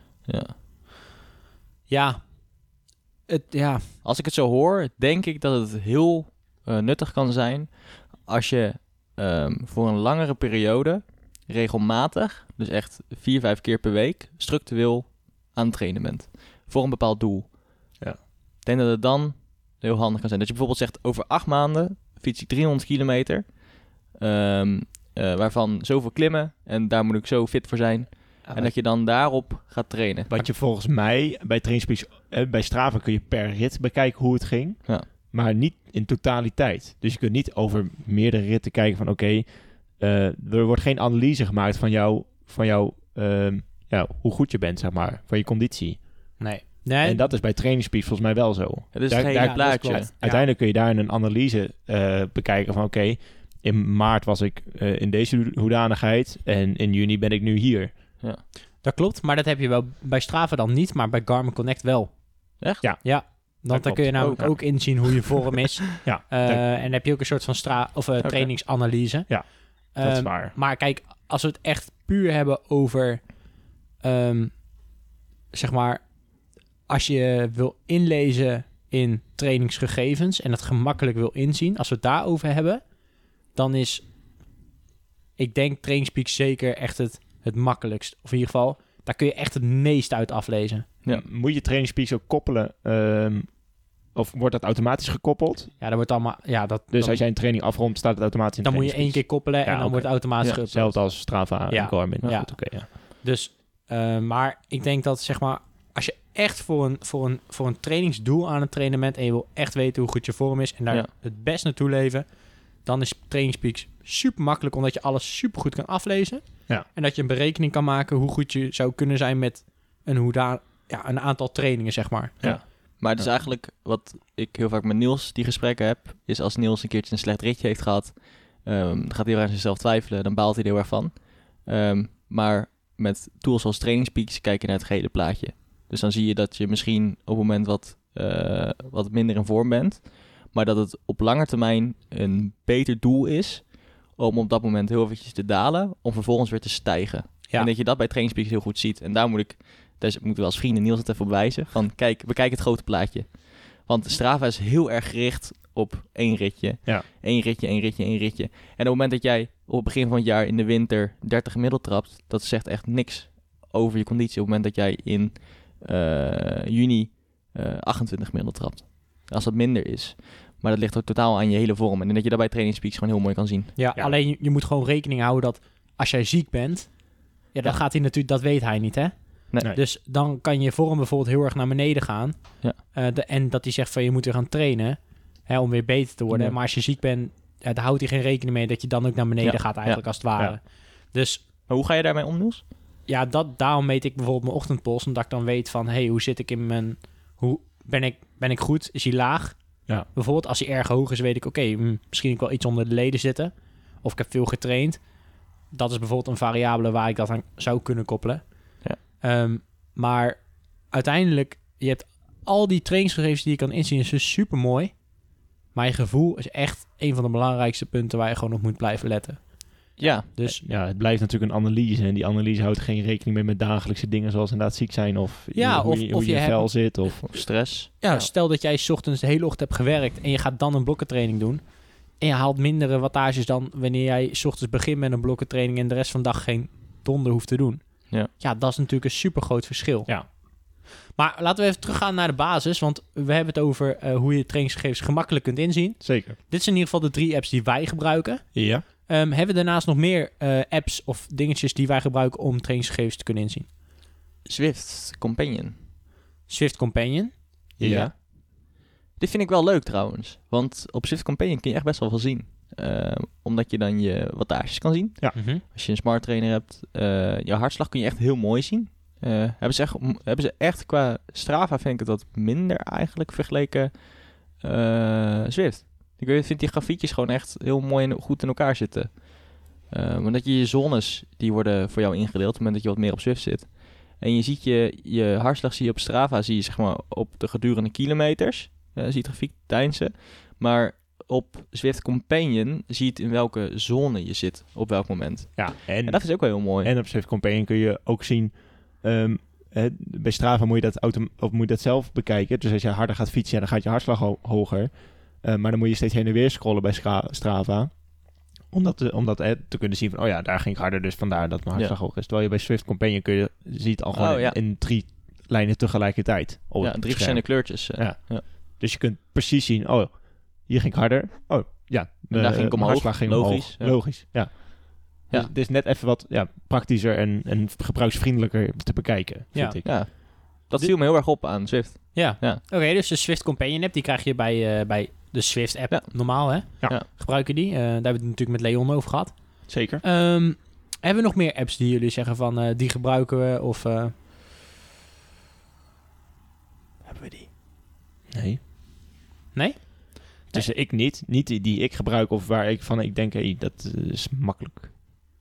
Speaker 3: Ja.
Speaker 1: Ja.
Speaker 3: Als ik het zo hoor, denk ik dat het heel nuttig kan zijn als je voor een langere periode regelmatig, dus echt 4-5 keer per week, structureel aan het trainen bent. Voor een bepaald doel.
Speaker 5: Ja.
Speaker 3: Ik denk dat het dan heel handig kan zijn. Dat je bijvoorbeeld zegt, over 8 maanden fiets ik 300 kilometer. Waarvan zoveel klimmen. En daar moet ik zo fit voor zijn. En dat je dan daarop gaat trainen.
Speaker 5: Wat je volgens mij bij TrainingsPeaks, bij Strava kun je per rit bekijken hoe het ging. Ja. Maar niet in totaliteit. Dus je kunt niet over meerdere ritten kijken van oké, er wordt geen analyse gemaakt van jou hoe goed je bent, zeg maar. Van je conditie.
Speaker 1: Nee.
Speaker 5: En dat is bij TrainingsPeaks volgens mij wel zo.
Speaker 3: Het is geen plaatje.
Speaker 5: Uiteindelijk kun je daar in een analyse bekijken van oké, in maart was ik in deze hoedanigheid en in juni ben ik nu hier.
Speaker 3: Ja.
Speaker 1: Dat klopt, maar dat heb je wel bij Strava dan niet, maar bij Garmin Connect wel.
Speaker 3: Echt?
Speaker 1: Ja. Want dan kun je namelijk ook inzien hoe je vorm is.
Speaker 5: Ja.
Speaker 1: En dan heb je ook een soort van trainingsanalyse.
Speaker 5: Ja, dat is waar.
Speaker 1: Maar kijk, als we het echt puur hebben over, zeg maar, als je wil inlezen in trainingsgegevens en het gemakkelijk wil inzien, als we het daarover hebben, dan is, ik denk TrainingsPeaks zeker echt het makkelijkst. Of in ieder geval, daar kun je echt het meest uit aflezen.
Speaker 5: Ja. Moet je TrainingsPeaks ook koppelen? Of wordt dat automatisch gekoppeld?
Speaker 1: Ja, dat wordt allemaal. Ja,
Speaker 5: dus als jij een training afrondt, staat het automatisch in
Speaker 1: dan moet je 1 keer koppelen en dan wordt het automatisch geüpload.
Speaker 5: Hetzelfde als Strava en Garmin.
Speaker 1: Ja.
Speaker 5: Goed,
Speaker 1: Dus, maar ik denk dat, zeg maar, als je echt voor een trainingsdoel aan het trainen bent en je wil echt weten hoe goed je vorm is en daar het best naartoe leven, dan is TrainingsPeaks super makkelijk, omdat je alles super goed kan aflezen.
Speaker 5: Ja.
Speaker 1: En dat je een berekening kan maken hoe goed je zou kunnen zijn met een aantal trainingen, zeg maar.
Speaker 5: Ja.
Speaker 3: Maar het is eigenlijk wat ik heel vaak met Niels die gesprekken heb, is als Niels een keertje een slecht ritje heeft gehad, dan gaat hij weer aan zichzelf twijfelen, dan baalt hij er heel erg van. Maar met tools als TrainingsPeaks kijk je naar het gehele plaatje. Dus dan zie je dat je misschien op het moment wat minder in vorm bent, maar dat het op lange termijn een beter doel is om op dat moment heel eventjes te dalen, om vervolgens weer te stijgen. Ja. En dat je dat bij TrainingsPeaks heel goed ziet. En daar moeten we als vrienden Niels het even op wijzen. Van kijk, bekijk het grote plaatje. Want Strava is heel erg gericht op 1 ritje.
Speaker 5: Ja.
Speaker 3: 1 ritje. En op het moment dat jij op het begin van het jaar in de winter 30 gemiddeld trapt, dat zegt echt niks over je conditie. Op het moment dat jij in juni 28 gemiddeld trapt. Als dat minder is. Maar dat ligt ook totaal aan je hele vorm. En dat je dat bij TrainingsPeaks gewoon heel mooi kan zien.
Speaker 1: Ja. Alleen je moet gewoon rekening houden dat als jij ziek bent, dan gaat hij natuurlijk, dat weet hij niet, hè?
Speaker 3: Nee.
Speaker 1: Dus dan kan je vorm bijvoorbeeld heel erg naar beneden gaan.
Speaker 3: Ja.
Speaker 1: En dat hij zegt van je moet weer gaan trainen om weer beter te worden.
Speaker 3: Ja.
Speaker 1: Maar als je ziek bent, daar houdt hij geen rekening mee dat je dan ook naar beneden gaat eigenlijk als het ware.
Speaker 5: Ja.
Speaker 1: Dus,
Speaker 3: maar hoe ga je daarmee om, Niels?
Speaker 1: Ja, daarom meet ik bijvoorbeeld mijn ochtendpols. Omdat ik dan weet van, hoe zit ik in mijn... Hoe ben ik goed? Is hij laag?
Speaker 5: Ja.
Speaker 1: Bijvoorbeeld als hij erg hoog is, weet ik misschien ik wel iets onder de leden zitten. Of ik heb veel getraind. Dat is bijvoorbeeld een variabele waar ik dat aan zou kunnen koppelen.
Speaker 3: Ja.
Speaker 1: Maar uiteindelijk, je hebt al die trainingsgegevens die je kan inzien, is dus super mooi. Maar je gevoel is echt een van de belangrijkste punten waar je gewoon op moet blijven letten.
Speaker 3: Ja.
Speaker 1: Dus
Speaker 5: ja, het blijft natuurlijk een analyse. En die analyse houdt geen rekening meer met dagelijkse dingen zoals inderdaad ziek zijn of hoe je vel zit of
Speaker 3: stress.
Speaker 1: Ja, stel dat jij 's ochtends de hele ochtend hebt gewerkt en je gaat dan een blokkentraining doen. En je haalt mindere wattages dan wanneer jij 's ochtends begint met een blokkentraining en de rest van de dag geen donder hoeft te doen. Ja, dat is natuurlijk een super groot verschil.
Speaker 5: Ja.
Speaker 1: Maar laten we even teruggaan naar de basis, want we hebben het over hoe je trainingsgegevens gemakkelijk kunt inzien.
Speaker 5: Zeker.
Speaker 1: Dit zijn in ieder geval de 3 apps die wij gebruiken.
Speaker 5: Ja.
Speaker 1: Hebben we daarnaast nog meer apps of dingetjes die wij gebruiken om trainingsgegevens te kunnen inzien?
Speaker 3: Zwift Companion.
Speaker 1: Zwift Companion?
Speaker 3: Ja. Dit vind ik wel leuk trouwens, want op Zwift Companion kun je echt best wel veel zien. omdat je dan je wattages kan zien.
Speaker 1: Mhm.
Speaker 3: Als je een smart trainer hebt, je hartslag kun je echt heel mooi zien. Hebben ze echt qua Strava, vind ik het wat minder eigenlijk vergeleken Zwift. Ik vind die grafiekjes gewoon echt heel mooi en goed in elkaar zitten. Omdat je zones, die worden voor jou ingedeeld op het moment dat je wat meer op Zwift zit. En je ziet je hartslag zie je op Strava, zie je zeg maar op de gedurende kilometers, zie je grafiek deinzen. Maar op Zwift Companion zie je het in welke zone je zit, op welk moment.
Speaker 5: Ja,
Speaker 3: En dat is ook wel heel mooi.
Speaker 5: En op Zwift Companion kun je ook zien... bij Strava moet je dat zelf bekijken. Dus als je harder gaat fietsen, dan gaat je hartslag hoger. Maar dan moet je steeds heen en weer scrollen bij Strava. Om dat te kunnen zien van... Oh ja, daar ging ik harder, dus vandaar dat mijn hartslag hoog is. Terwijl je bij Zwift Companion ziet al gewoon in 3 lijnen tegelijkertijd.
Speaker 3: 3 verschillende kleurtjes.
Speaker 5: Ja. Dus je kunt precies zien... Oh, hier ging ik harder. Oh, ja.
Speaker 3: Daar ging ik omhoog.
Speaker 5: Hartslag ging
Speaker 3: Logisch.
Speaker 5: omhoog. Logisch, ja. Dus het is net even wat praktischer en gebruiksvriendelijker te bekijken, vind ik.
Speaker 3: Ja. Dat viel me heel erg op aan Zwift.
Speaker 1: Ja.
Speaker 3: Ja.
Speaker 1: Oké, dus de Zwift Companion app, die krijg je bij de Zwift app normaal, hè?
Speaker 5: Ja.
Speaker 1: Gebruiken die. Daar hebben we het natuurlijk met Leon over gehad.
Speaker 5: Zeker.
Speaker 1: Hebben we nog meer apps die jullie zeggen van die gebruiken we? Of,
Speaker 5: Hebben we die? Nee.
Speaker 1: Nee?
Speaker 5: Dus ik niet. Niet die ik gebruik of waar ik denk, dat is makkelijk.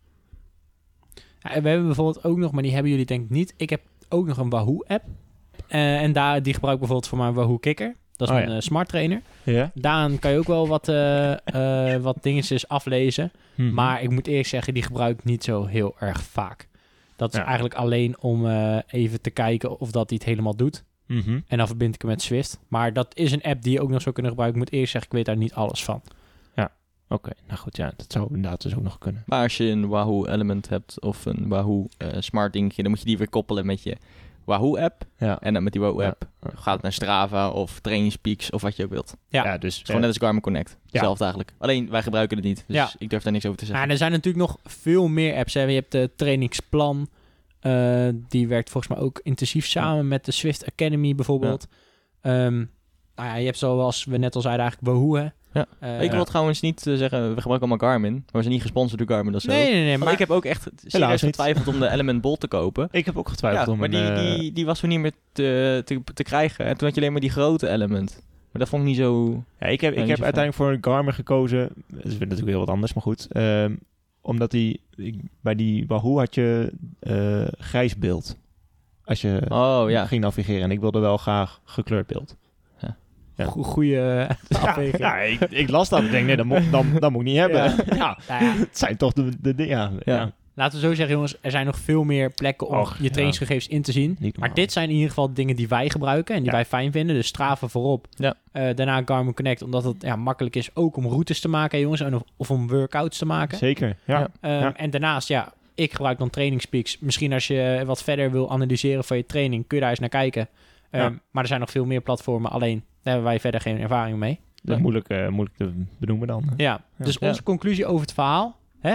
Speaker 1: Ja, we hebben bijvoorbeeld ook nog, maar die hebben jullie denk ik niet. Ik heb ook nog een Wahoo app. En die gebruik ik bijvoorbeeld voor mijn Wahoo Kicker. Dat is een smart trainer.
Speaker 5: Ja.
Speaker 1: Daaraan kan je ook wel wat dingetjes aflezen.
Speaker 5: Mm-hmm.
Speaker 1: Maar ik moet eerlijk zeggen, die gebruik ik niet zo heel erg vaak. Dat is eigenlijk alleen om even te kijken of dat hij het helemaal doet.
Speaker 5: Mm-hmm.
Speaker 1: En dan verbind ik hem met Zwift. Maar dat is een app die je ook nog zou kunnen gebruiken. Ik moet eerlijk zeggen, ik weet daar niet alles van.
Speaker 5: Oké, nou goed, ja, dat zou inderdaad dus ook nog kunnen.
Speaker 3: Maar als je een Wahoo Element hebt of een Wahoo Smart dingetje, dan moet je die weer koppelen met je Wahoo app.
Speaker 5: Ja.
Speaker 3: En dan met die Wahoo app gaat het naar Strava of Trainingspeaks of wat je ook wilt.
Speaker 1: Ja,
Speaker 5: dus
Speaker 3: Het is gewoon net als Garmin Connect. Hetzelfde eigenlijk. Alleen wij gebruiken het niet. Dus ik durf daar niks over te zeggen.
Speaker 1: Maar er zijn natuurlijk nog veel meer apps. Hè. Je hebt de trainingsplan. Die werkt volgens mij ook intensief samen met de Zwift Academy bijvoorbeeld. Je hebt zoals we net al zeiden eigenlijk Wahoo, hè.
Speaker 3: Ja. Ik wil trouwens niet zeggen, we gebruiken allemaal Garmin. Maar we zijn niet gesponsord door Garmin of zo.
Speaker 1: Nee. Maar
Speaker 3: ik heb ook echt serieus getwijfeld om de Element Bolt te kopen.
Speaker 5: Ik heb ook getwijfeld om...
Speaker 3: Maar die was zo niet meer te krijgen. En toen had je alleen maar die grote Element. Maar dat vond ik niet zo...
Speaker 5: Ja, ik heb uiteindelijk voor een Garmin gekozen. Dat is natuurlijk heel wat anders, maar goed. Omdat bij die Wahoo had je grijs beeld. Als je ging navigeren. En ik wilde wel graag gekleurd beeld.
Speaker 1: Ja. Goeie afweging.
Speaker 5: Ja, ik las dat. Ik denk, nee, dat moet ik niet hebben. Het zijn toch de dingen. Ja.
Speaker 1: Laten we zo zeggen, jongens. Er zijn nog veel meer plekken om je trainingsgegevens in te zien. Maar dit zijn in ieder geval dingen die wij gebruiken en die wij fijn vinden. Dus Strava voorop. Ja. Daarna Garmin Connect, omdat het makkelijk is ook om routes te maken, jongens. Of om workouts te maken.
Speaker 5: Zeker,
Speaker 1: En daarnaast, ik gebruik dan Trainingspeaks. Misschien als je wat verder wil analyseren van je training, kun je daar eens naar kijken. Maar er zijn nog veel meer platformen. Alleen, daar hebben wij verder geen ervaring mee.
Speaker 5: Dat is moeilijk te benoemen dan.
Speaker 1: Ja, dus onze conclusie over het verhaal. Hè?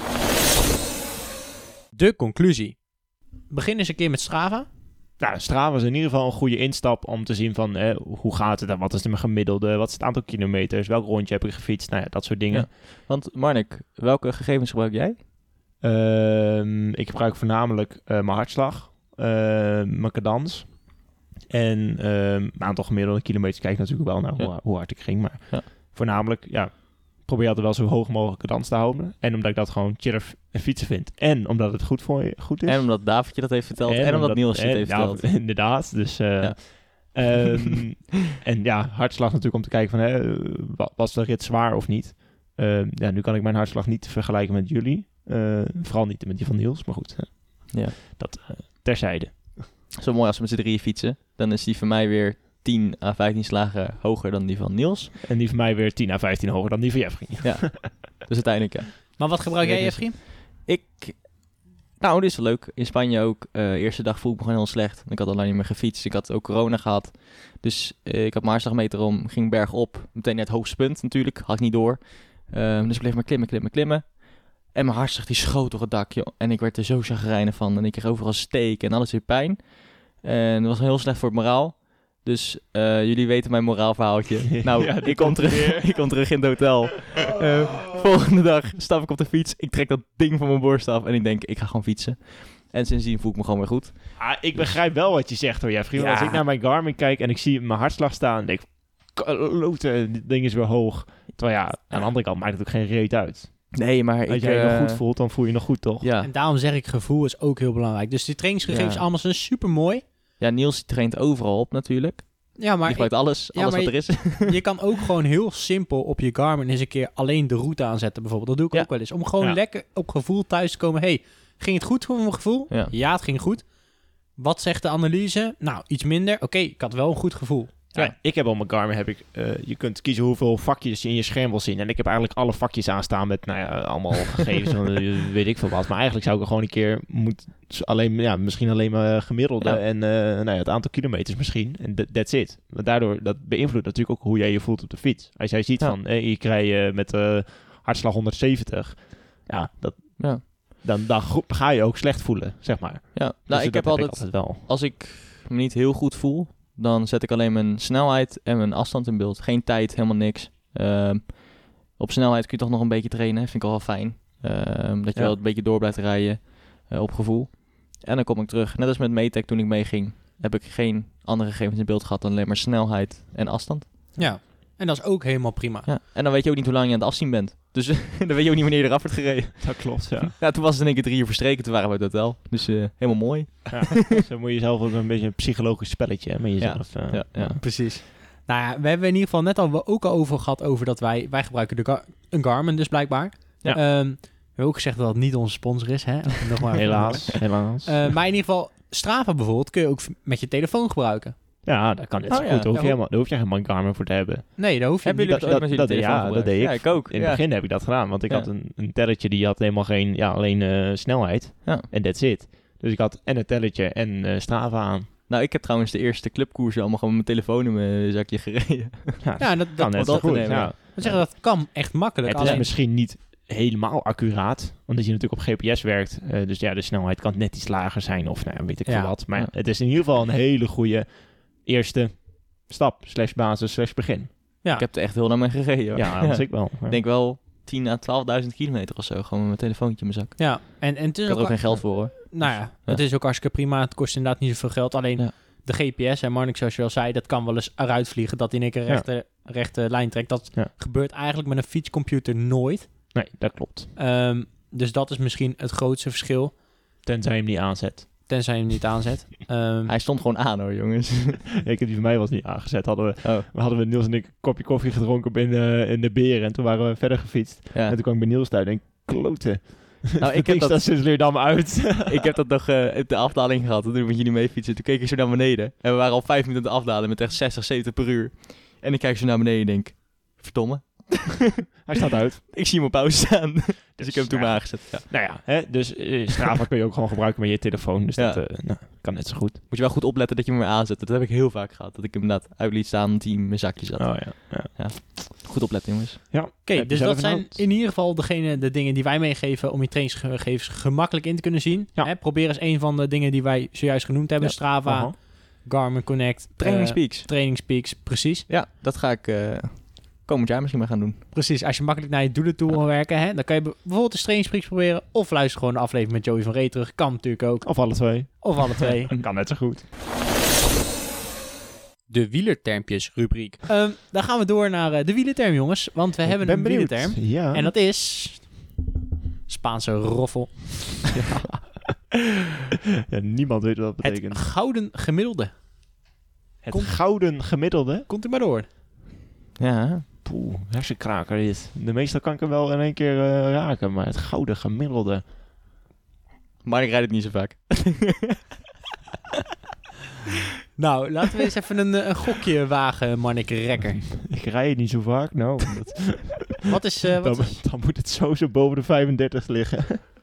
Speaker 1: De conclusie. Begin eens een keer met Strava.
Speaker 5: Nou, Strava is in ieder geval een goede instap om te zien van hoe gaat het en wat is mijn gemiddelde, wat is het aantal kilometers, welk rondje heb ik gefietst, nou ja, dat soort dingen.
Speaker 3: Ja. Want Marnik, welke gegevens gebruik jij?
Speaker 5: Ik gebruik voornamelijk mijn hartslag, mijn cadans en een aantal gemiddelde kilometers. Kijk natuurlijk wel naar hoe hard ik ging, maar voornamelijk, probeer altijd wel zo hoog mogelijk cadans te houden. En omdat ik dat gewoon chiller en fietsen vind. En omdat het goed is.
Speaker 3: En omdat Davidje dat heeft verteld. En omdat Niels het heeft verteld.
Speaker 5: Ja, inderdaad. Dus, en hartslag natuurlijk om te kijken van, was de rit zwaar of niet? Nu kan ik mijn hartslag niet vergelijken met jullie. Vooral niet met die van Niels, maar goed. Dat terzijde.
Speaker 3: Zo mooi als we met z'n drieën fietsen. Dan is die van mij weer 10 à 15 slagen hoger dan die van Niels.
Speaker 5: En die van mij weer 10 à 15 hoger dan die van Jeffrey.
Speaker 3: Ja, dus uiteindelijk
Speaker 1: Maar wat gebruik jij, Jeffrey?
Speaker 3: Nou, dit is wel leuk. In Spanje ook. Eerste dag voel ik me gewoon heel slecht. Ik had al lang niet meer gefietst. Ik had ook corona gehad. Dus ik had mijn hartslagmeter om. Ging bergop. Meteen naar het hoogste punt natuurlijk. Had ik niet door. Dus ik bleef maar klimmen. En mijn hartslag die schoot door het dak, joh. En ik werd er zo chagrijnig van. En ik kreeg overal steken en alles weer pijn. En dat was heel slecht voor het moraal. Dus jullie weten mijn moraalverhaaltje. Nou,
Speaker 5: Ja,
Speaker 3: ik kom terug in het hotel. Volgende dag stap ik op de fiets. Ik trek dat ding van mijn borst af en ik denk, ik ga gewoon fietsen. En sindsdien voel ik me gewoon weer goed.
Speaker 5: Ik begrijp wel wat je zegt hoor, Jeffrey.
Speaker 3: Ja.
Speaker 5: Als ik naar mijn Garmin kijk en ik zie mijn hartslag staan, denk ik, klote, dit ding is weer hoog. Terwijl aan de andere kant maakt het ook geen reet uit.
Speaker 3: Nee, maar
Speaker 5: Als jij je nog goed voelt, dan voel je je nog goed, toch?
Speaker 3: Ja.
Speaker 1: En daarom zeg ik, gevoel is ook heel belangrijk. Dus die trainingsgegevens
Speaker 3: Ja.
Speaker 1: allemaal zijn super mooi.
Speaker 3: Ja, Niels traint overal op natuurlijk.
Speaker 1: Ja, maar
Speaker 3: Die gebruikt alles
Speaker 1: maar
Speaker 3: wat er is.
Speaker 1: je kan ook gewoon heel simpel op je Garmin eens een keer alleen de route aanzetten bijvoorbeeld. Dat doe ik
Speaker 3: Ja.
Speaker 1: ook wel eens. Om gewoon
Speaker 5: Ja.
Speaker 1: lekker op gevoel thuis te komen. Hey, ging het goed voor mijn gevoel?
Speaker 3: Ja.
Speaker 1: Het ging goed. Wat zegt de analyse? Nou, iets minder. Oké, ik had wel een goed gevoel.
Speaker 5: Ja, ik heb op mijn Garmin, je kunt kiezen hoeveel vakjes je in je scherm wil zien. En ik heb eigenlijk alle vakjes aanstaan met, allemaal gegevens, weet ik veel wat. Maar eigenlijk zou ik er gewoon een keer misschien alleen maar gemiddelde en het aantal kilometers misschien. En that's it. Maar daardoor, dat beïnvloedt natuurlijk ook hoe jij je voelt op de fiets. Als jij ziet van, je krijgt met hartslag 170, dan ga je ook slecht voelen, zeg maar.
Speaker 3: Ja,
Speaker 5: Dus
Speaker 3: nou, ik
Speaker 5: dat
Speaker 3: heb altijd
Speaker 5: wel.
Speaker 3: als ik me niet heel goed voel, dan zet ik alleen mijn snelheid en mijn afstand in beeld. Geen tijd, helemaal niks. Op snelheid kun je toch nog een beetje trainen. Vind ik al wel fijn. Dat je wel een beetje door blijft rijden op gevoel. En dan kom ik terug. Net als met Metec toen ik meeging, heb ik geen andere gegevens in beeld gehad dan alleen maar snelheid en afstand.
Speaker 1: Ja, en dat is ook helemaal prima.
Speaker 3: Ja. En dan weet je ook niet hoe lang je aan het afzien bent. Dus dan weet je ook niet wanneer je eraf wordt gereden.
Speaker 5: Dat klopt, ja.
Speaker 3: Ja, toen was het in één keer 3 uur verstreken. Toen waren we uit het hotel. Dus helemaal mooi.
Speaker 5: Zo moet je zelf ook een beetje een psychologisch spelletje met jezelf.
Speaker 3: Ja.
Speaker 1: Precies. Nou ja, we hebben in ieder geval net ook al over gehad over dat wij gebruiken een Garmin dus blijkbaar.
Speaker 5: Ja.
Speaker 1: We hebben ook gezegd dat het niet onze sponsor is. Hè? Nog maar
Speaker 5: Helaas.
Speaker 1: maar in ieder geval, Strava bijvoorbeeld kun je ook met je telefoon gebruiken.
Speaker 5: Ja, dat kan net zo
Speaker 3: Oh,
Speaker 5: goed.
Speaker 3: ja.
Speaker 5: Daar hoef je helemaal een Garmin voor te hebben.
Speaker 1: Nee, daar hoef je
Speaker 3: Hebben
Speaker 1: niet.
Speaker 3: jullie dat ooit met jullie telefoon
Speaker 5: dat
Speaker 3: gebruikt?
Speaker 5: deed ik.
Speaker 3: Ja, ik ook.
Speaker 5: In het begin heb ik dat gedaan, want ik
Speaker 3: Ja.
Speaker 5: had een tellertje die had helemaal geen, alleen snelheid.
Speaker 3: Ja.
Speaker 5: En that's it. Dus ik had en een tellertje en Strava aan.
Speaker 3: Nou, ik heb trouwens de eerste clubkoersen allemaal gewoon met mijn telefoon in mijn zakje gereden.
Speaker 1: Ja, dat
Speaker 5: kan net zo
Speaker 3: dat te
Speaker 5: goed.
Speaker 3: nemen,
Speaker 5: Ja.
Speaker 1: dat kan echt makkelijk.
Speaker 5: Het is
Speaker 1: Alleen,
Speaker 5: misschien niet helemaal accuraat, omdat je natuurlijk op GPS werkt. Dus ja, de snelheid kan net iets lager zijn of weet ik veel wat. Maar
Speaker 3: Ja.
Speaker 5: het is in ieder geval een hele goede eerste stap, /basis, /begin.
Speaker 1: ja.
Speaker 3: Ik heb er echt heel naar mee gereden. Hoor.
Speaker 5: Ja, dat is ik wel. Ja.
Speaker 3: Ik denk wel 10.000 à 12.000 kilometer of zo. Gewoon met mijn telefoontje in mijn zak.
Speaker 1: Ja, en het is
Speaker 3: Ik had er ook geen geld voor hoor.
Speaker 1: Nou ja, het is ook hartstikke prima. Het kost inderdaad niet zoveel geld. Alleen
Speaker 3: Ja.
Speaker 1: de GPS, en Marnik, zoals je al zei, dat kan wel eens eruit vliegen. Dat hij in één keer rechte lijn trekt. Dat gebeurt eigenlijk met een fietscomputer nooit.
Speaker 5: Nee, dat klopt.
Speaker 1: Dus dat is misschien het grootste verschil.
Speaker 5: Tenzij je hem niet aanzet.
Speaker 1: Tenzij je hem niet aanzet.
Speaker 3: Hij stond gewoon aan hoor, jongens.
Speaker 5: Ik heb die van mij was niet aangezet. We
Speaker 3: Oh.
Speaker 5: hadden Niels en ik een kopje koffie gedronken in de Beren. En toen waren we verder gefietst.
Speaker 3: Ja.
Speaker 5: En toen kwam ik bij Niels thuis en denk, kloten.
Speaker 3: Nou, ik heb dat
Speaker 5: sinds Leerdam uit.
Speaker 3: ik heb dat nog op de afdaling gehad. Toen met jullie mee fietsen. Toen keek ik zo naar beneden. En we waren al 5 minuten aan het afdalen met echt 60, 70 per uur. En ik kijk zo naar beneden en denk, verdomme.
Speaker 5: Hij staat uit.
Speaker 3: Ik zie hem op pauze staan. Dus ik heb hem toen maar aangezet. Ja.
Speaker 5: Nou ja, dus Strava kun je ook gewoon gebruiken met je telefoon. Dus
Speaker 3: Ja.
Speaker 5: dat kan net zo goed.
Speaker 3: Moet je wel goed opletten dat je hem weer aanzet. Dat heb ik heel vaak gehad. Dat ik hem inderdaad uit liet staan omdat hij in mijn zakje zat.
Speaker 5: Oh ja.
Speaker 3: Goed opletten, jongens.
Speaker 1: Oké, dus dat zijn in ieder geval de dingen die wij meegeven om je trainingsgegevens gemakkelijk in te kunnen zien.
Speaker 5: Ja.
Speaker 1: Hè, probeer eens een van de dingen die wij zojuist genoemd hebben.
Speaker 3: Ja.
Speaker 1: Strava,
Speaker 5: Aha.
Speaker 1: Garmin Connect.
Speaker 3: Trainingspeaks.
Speaker 1: Trainingspeaks, precies.
Speaker 3: Ja, dat ga ik komend jaar misschien maar gaan doen.
Speaker 1: Precies, als je makkelijk naar je doelen toe wil werken, hè, dan kan je bijvoorbeeld de trainingspeaks proberen. Of luister gewoon de aflevering met Joey van Ree terug. Kan natuurlijk ook.
Speaker 5: Of alle twee.
Speaker 1: Of alle twee.
Speaker 5: Kan net zo goed.
Speaker 2: De wielertermpjes rubriek.
Speaker 1: Dan gaan we door naar de wielerterm, jongens. Want we hebben een
Speaker 5: benieuwd.
Speaker 1: wielerterm.
Speaker 5: Ja.
Speaker 1: En dat is... Spaanse roffel.
Speaker 5: Ja, niemand weet wat dat betekent.
Speaker 1: Het gouden gemiddelde.
Speaker 5: Het gouden gemiddelde.
Speaker 1: Komt u maar door.
Speaker 3: Ja.
Speaker 5: Poeh, hersenkraker dit. De meeste kan ik hem wel in één keer raken, maar het gouden gemiddelde.
Speaker 3: Maar ik rijd het niet zo vaak.
Speaker 1: Nou, laten we eens even een gokje wagen, Marnik Rekker.
Speaker 5: Ik rij het niet zo vaak, nou.
Speaker 1: Wat is...
Speaker 5: Dan moet het sowieso boven de 35 liggen.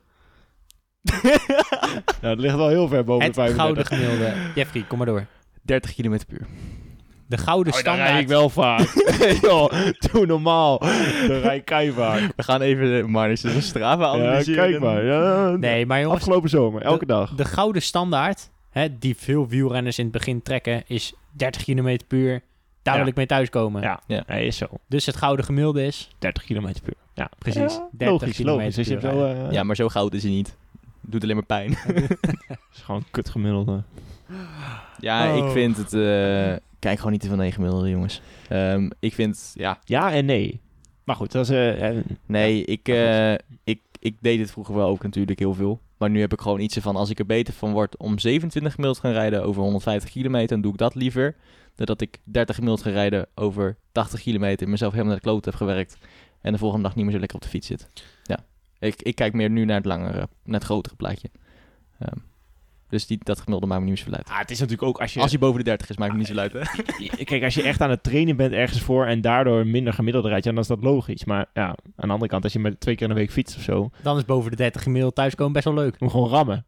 Speaker 5: Nou, het ligt wel heel ver boven
Speaker 1: het
Speaker 5: de 35.
Speaker 1: gouden gemiddelde. Jeffrey, kom maar door.
Speaker 3: 30 km per uur.
Speaker 1: De gouden
Speaker 5: Dan
Speaker 1: standaard.
Speaker 5: rijd ik wel vaak. Joh, doe normaal. Dan rij ik keihard.
Speaker 3: We gaan even Marnix dus Strava
Speaker 5: Ja,
Speaker 3: analyseren.
Speaker 5: kijk maar. Ja,
Speaker 1: Nee, maar jongens,
Speaker 5: afgelopen zomer, elke dag.
Speaker 1: de gouden standaard, die veel wielrenners in het begin trekken, is 30 km per uur. Daar wil ik mee thuiskomen.
Speaker 5: Ja, hij is zo.
Speaker 1: Dus het gouden gemiddelde is
Speaker 5: 30 km per uur. Ja,
Speaker 1: precies.
Speaker 5: Ja,
Speaker 1: 30
Speaker 5: logisch.
Speaker 1: kilometer
Speaker 5: Dus je
Speaker 1: per
Speaker 5: hebt
Speaker 1: uur.
Speaker 5: wel,
Speaker 3: Ja, maar zo goud is hij niet. Doet alleen maar pijn.
Speaker 5: Het is gewoon een kut gemiddelde.
Speaker 3: Ja,
Speaker 1: Oh.
Speaker 3: ik vind het... kijk gewoon niet te veel naar gemiddelde, jongens. Ik vind... Ja,
Speaker 5: Ja en nee. Maar goed, dat is...
Speaker 3: nee, ik deed het vroeger wel ook natuurlijk heel veel. Maar nu heb ik gewoon iets van... Als ik er beter van word om 27 gemiddeld te gaan rijden over 150 kilometer... dan doe ik dat liever. Dan dat ik 30 gemiddeld ga rijden over 80 kilometer... mezelf helemaal naar de kloot heb gewerkt... en de volgende dag niet meer zo lekker op de fiets zit. Ja, ik kijk meer nu naar het langere, naar het grotere plaatje. Dus dat gemiddelde maakt me niet meer zo uit.
Speaker 5: het is natuurlijk ook
Speaker 3: Als je boven de 30 is, maakt me niet zo uit. Hè?
Speaker 5: Kijk, als je echt aan het trainen bent ergens voor... en daardoor minder gemiddelde rijdt... ja, dan is dat logisch. Maar ja, aan de andere kant... als je met 2 keer in de week fietst of zo...
Speaker 1: Dan is boven de 30 gemiddeld thuiskomen best wel leuk.
Speaker 5: moet gewoon rammen.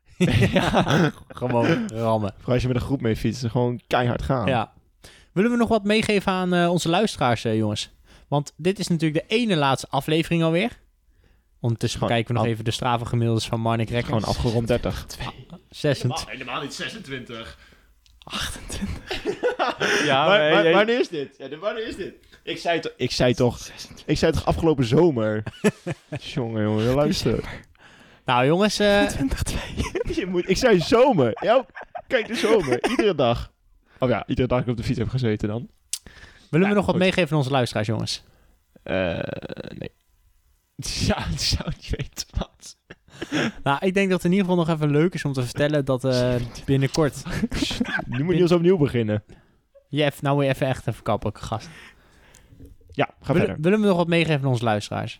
Speaker 1: Gewoon rammen.
Speaker 5: Vooral als je met een groep mee fietst... gewoon keihard gaan.
Speaker 1: Ja. Willen we nog wat meegeven aan onze luisteraars, jongens? Want dit is natuurlijk de ene laatste aflevering alweer. Ondertussen
Speaker 5: Gewoon
Speaker 1: kijken we nog even de Strava gemiddeldes van Marnik Rekker.
Speaker 5: Gewoon afgerond 30.
Speaker 1: 26.
Speaker 5: Helemaal niet 26.
Speaker 3: 28. Ja,
Speaker 5: Wanneer is dit? Ja, wanneer is dit? Ik zei toch afgelopen zomer. jongen, luister.
Speaker 1: Nou jongens,
Speaker 3: 20-2.
Speaker 5: Ik zei zomer. Ja, kijk, de zomer. Iedere dag. Oh ja, iedere dag dat ik op de fiets heb gezeten dan.
Speaker 1: willen we nog wat
Speaker 5: goed.
Speaker 1: meegeven aan onze luisteraars, jongens?
Speaker 5: Nee. Ja, ik zou niet weten wat.
Speaker 1: Nou, ik denk dat het in ieder geval nog even leuk is om te vertellen dat binnenkort...
Speaker 5: Nu moet je eens opnieuw beginnen.
Speaker 1: Jeff, nou moet je even kappen, gast.
Speaker 5: Ja, ga verder.
Speaker 1: Willen we nog wat meegeven aan onze luisteraars?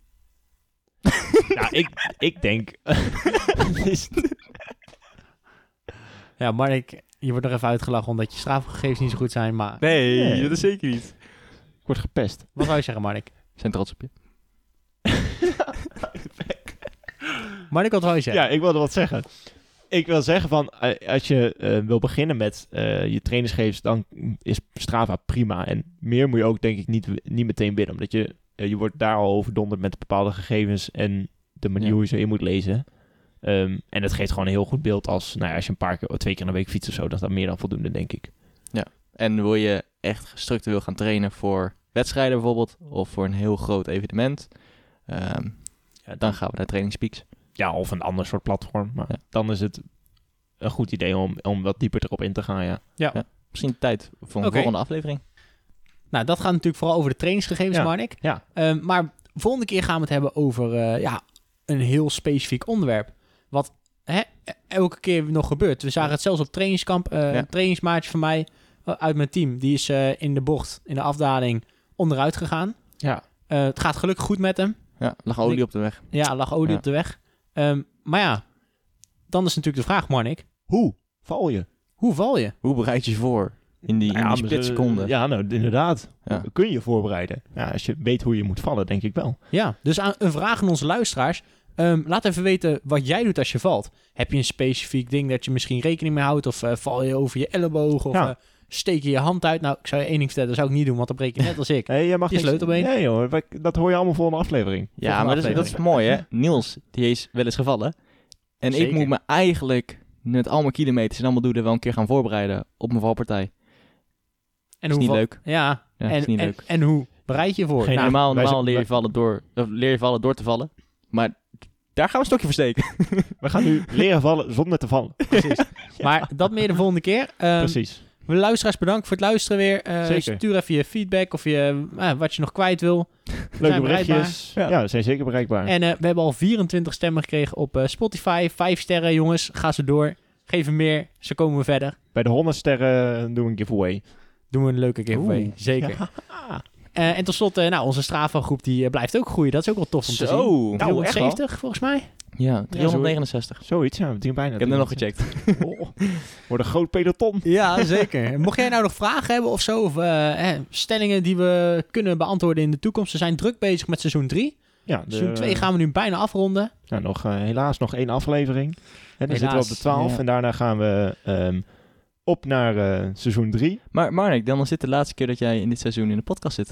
Speaker 5: Nou, ik denk...
Speaker 1: Ja, Marnik, je wordt nog even uitgelachen omdat je strafgegevens niet zo goed zijn, maar...
Speaker 3: Nee, dat is zeker niet.
Speaker 5: Ik word gepest.
Speaker 1: Wat zou je zeggen, Marnik?
Speaker 3: We zijn trots op je.
Speaker 1: Marnik, wat zou je zeggen?
Speaker 5: Ja, ik wilde wat zeggen. Ik wil zeggen van, als je wil beginnen met je trainingsgegevens, dan is Strava prima. En meer moet je ook denk ik niet meteen binnen. Omdat je wordt daar al overdonderd met bepaalde gegevens en de manier hoe je ze in moet lezen. En het geeft gewoon een heel goed beeld als je een paar keer, 2 keer in de week fietst of zo. Dat is dan meer dan voldoende, denk ik.
Speaker 3: Ja, en wil je echt structureel gaan trainen voor wedstrijden bijvoorbeeld, of voor een heel groot evenement, dan gaan we naar Trainingspeaks.
Speaker 5: Ja, of een ander soort platform. Maar
Speaker 3: Ja.
Speaker 5: dan is het een goed idee om wat dieper erop in te gaan, ja.
Speaker 3: Misschien tijd voor een
Speaker 1: Oké.
Speaker 3: volgende aflevering.
Speaker 1: Nou, dat gaat natuurlijk vooral over de trainingsgegevens,
Speaker 5: Ja.
Speaker 1: Marnik.
Speaker 5: Ja.
Speaker 1: Maar volgende keer gaan we het hebben over een heel specifiek onderwerp. Wat elke keer nog gebeurt. We zagen het zelfs op trainingskamp. Een trainingsmaatje van mij uit mijn team, die is in de bocht, in de afdaling, onderuit gegaan.
Speaker 5: Ja.
Speaker 1: Het gaat gelukkig goed met hem.
Speaker 3: Ja, lag olie op de weg.
Speaker 1: Ja, lag olie
Speaker 3: Ja.
Speaker 1: op de weg. Maar ja, dan is natuurlijk de vraag, Marnik.
Speaker 5: Hoe val je?
Speaker 1: Hoe val je?
Speaker 3: Hoe bereid je je voor in die splitseconde?
Speaker 5: Ja, nou, inderdaad.
Speaker 3: Ja.
Speaker 5: Kun je je voorbereiden? Ja, als je weet hoe je moet vallen, denk ik wel.
Speaker 1: Ja, dus een vraag aan onze luisteraars. Laat even weten wat jij doet als je valt. Heb je een specifiek ding dat je misschien rekening mee houdt? Of val je over je elleboog? Of
Speaker 5: Ja.
Speaker 1: steek je je hand uit? Nou, ik zou je één ding vertellen, dat zou ik niet doen, want dan breek je net als ik.
Speaker 5: Hey, jij mag
Speaker 1: Je
Speaker 5: niks-
Speaker 1: sleutelbeen.
Speaker 5: Nee hoor, dat hoor je allemaal voor een aflevering.
Speaker 3: Ja, maar dat is mooi, hè? Niels, die is wel eens gevallen. En
Speaker 1: Zeker.
Speaker 3: ik moet me eigenlijk met al mijn kilometers en allemaal doelen wel een keer gaan voorbereiden op mijn valpartij.
Speaker 1: En
Speaker 3: Is niet
Speaker 1: val-
Speaker 3: leuk.
Speaker 1: Ja,
Speaker 3: Ja, is niet leuk.
Speaker 1: en hoe bereid je je voor?
Speaker 5: Geen-
Speaker 1: Nou,
Speaker 3: Normaal
Speaker 5: wij-
Speaker 3: leer je vallen door te vallen. Maar daar gaan we een stokje voor steken.
Speaker 5: We gaan nu leren vallen zonder te vallen.
Speaker 1: precies. Maar dat meer de volgende keer.
Speaker 5: Precies.
Speaker 1: We luisteraars bedankt voor het luisteren weer.
Speaker 5: Zeker.
Speaker 1: Stuur even je feedback of wat je nog kwijt wil.
Speaker 5: Leuke
Speaker 1: zijn
Speaker 5: berichtjes.
Speaker 3: bereikbaar.
Speaker 5: Ja, we zijn zeker bereikbaar.
Speaker 1: En we hebben al 24 stemmen gekregen op Spotify. 5 sterren, jongens. Ga ze door. Geef hem meer. Zo komen we verder.
Speaker 5: Bij de 100 sterren doen we een giveaway.
Speaker 1: Doen we een leuke giveaway.
Speaker 5: Oeh.
Speaker 1: Zeker.
Speaker 5: Ja.
Speaker 1: En tot slot, onze Strava-groep die blijft ook groeien. Dat is ook wel tof om te zien.
Speaker 3: Zo.
Speaker 5: Nou, echt wel?
Speaker 1: 70 volgens mij.
Speaker 3: Ja, 369.
Speaker 5: Zoiets, ja. We doen bijna.
Speaker 3: Ik heb er nog gecheckt.
Speaker 5: Oh, wordt een groot peloton.
Speaker 1: Ja, zeker. Mocht jij nou nog vragen hebben of zo, of stellingen die we kunnen beantwoorden in de toekomst. We zijn druk bezig met seizoen 3.
Speaker 5: Ja,
Speaker 1: Seizoen 2 gaan we nu bijna afronden.
Speaker 5: Nou, helaas nog 1 aflevering. En dan zitten we op de 12
Speaker 3: Ja.
Speaker 5: en daarna gaan we op naar seizoen 3.
Speaker 3: Maar Marnik, dan is dit de laatste keer dat jij in dit seizoen in de podcast zit.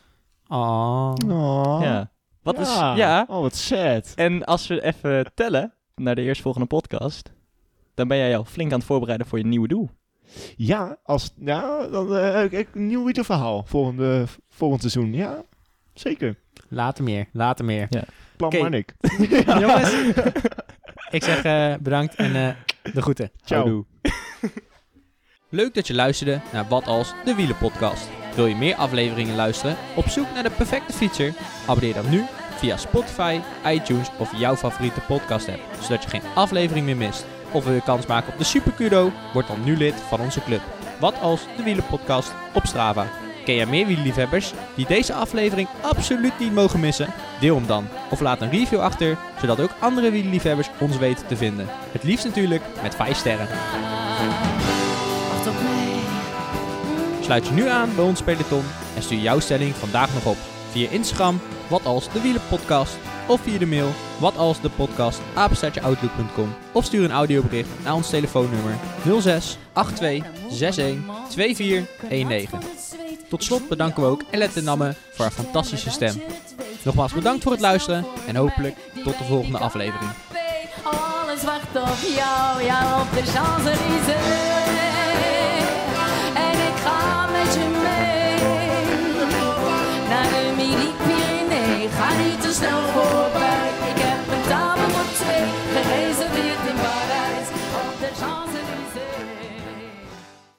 Speaker 1: Oh.
Speaker 3: Ja. Wat is... Ja.
Speaker 5: Oh, wat sad.
Speaker 3: En als we even tellen naar de eerstvolgende podcast, dan ben jij al flink aan het voorbereiden voor je nieuwe doel.
Speaker 5: Ja, dan heb ik een nieuw videoverhaal volgend seizoen. Ja, zeker.
Speaker 1: Later meer.
Speaker 5: Plan
Speaker 1: Oké.
Speaker 5: maar Nick.
Speaker 1: Jongens, ik zeg bedankt en de groeten.
Speaker 5: Ciao.
Speaker 3: Houdoe.
Speaker 2: Leuk dat je luisterde naar Wat Als, de Wielenpodcast. Wil je meer afleveringen luisteren? Op zoek naar de perfecte fietser? Abonneer dan nu via Spotify, iTunes of jouw favoriete podcast app, zodat je geen aflevering meer mist. Of wil je kans maken op de Super Kudo? Word dan nu lid van onze club. Wat Als, de Wielenpodcast op Strava. Ken jij meer wielerliefhebbers die deze aflevering absoluut niet mogen missen? Deel hem dan. Of laat een review achter, zodat ook andere wielerliefhebbers ons weten te vinden. Het liefst natuurlijk met 5 sterren.
Speaker 4: Wacht op mij.
Speaker 2: Sluit je nu aan bij ons peloton en stuur jouw stelling vandaag nog op. Via Instagram, Wat Als de Wielerpodcast. Of via de mail, watalsdepodcast@outlook.com. Of stuur een audiobericht naar ons telefoonnummer 06 82 61 2419. Tot slot bedanken we ook Elette Namme voor haar fantastische stem. Nogmaals bedankt voor het luisteren en hopelijk tot de volgende aflevering.
Speaker 4: Alles wacht op jou, ja, op de Champs-Élysées. En ik ga met je mee naar de Midi-Pyrénées. Ga niet te snel voorbij. Ik heb een tafel voor 2 gereserveerd in Parijs. Op de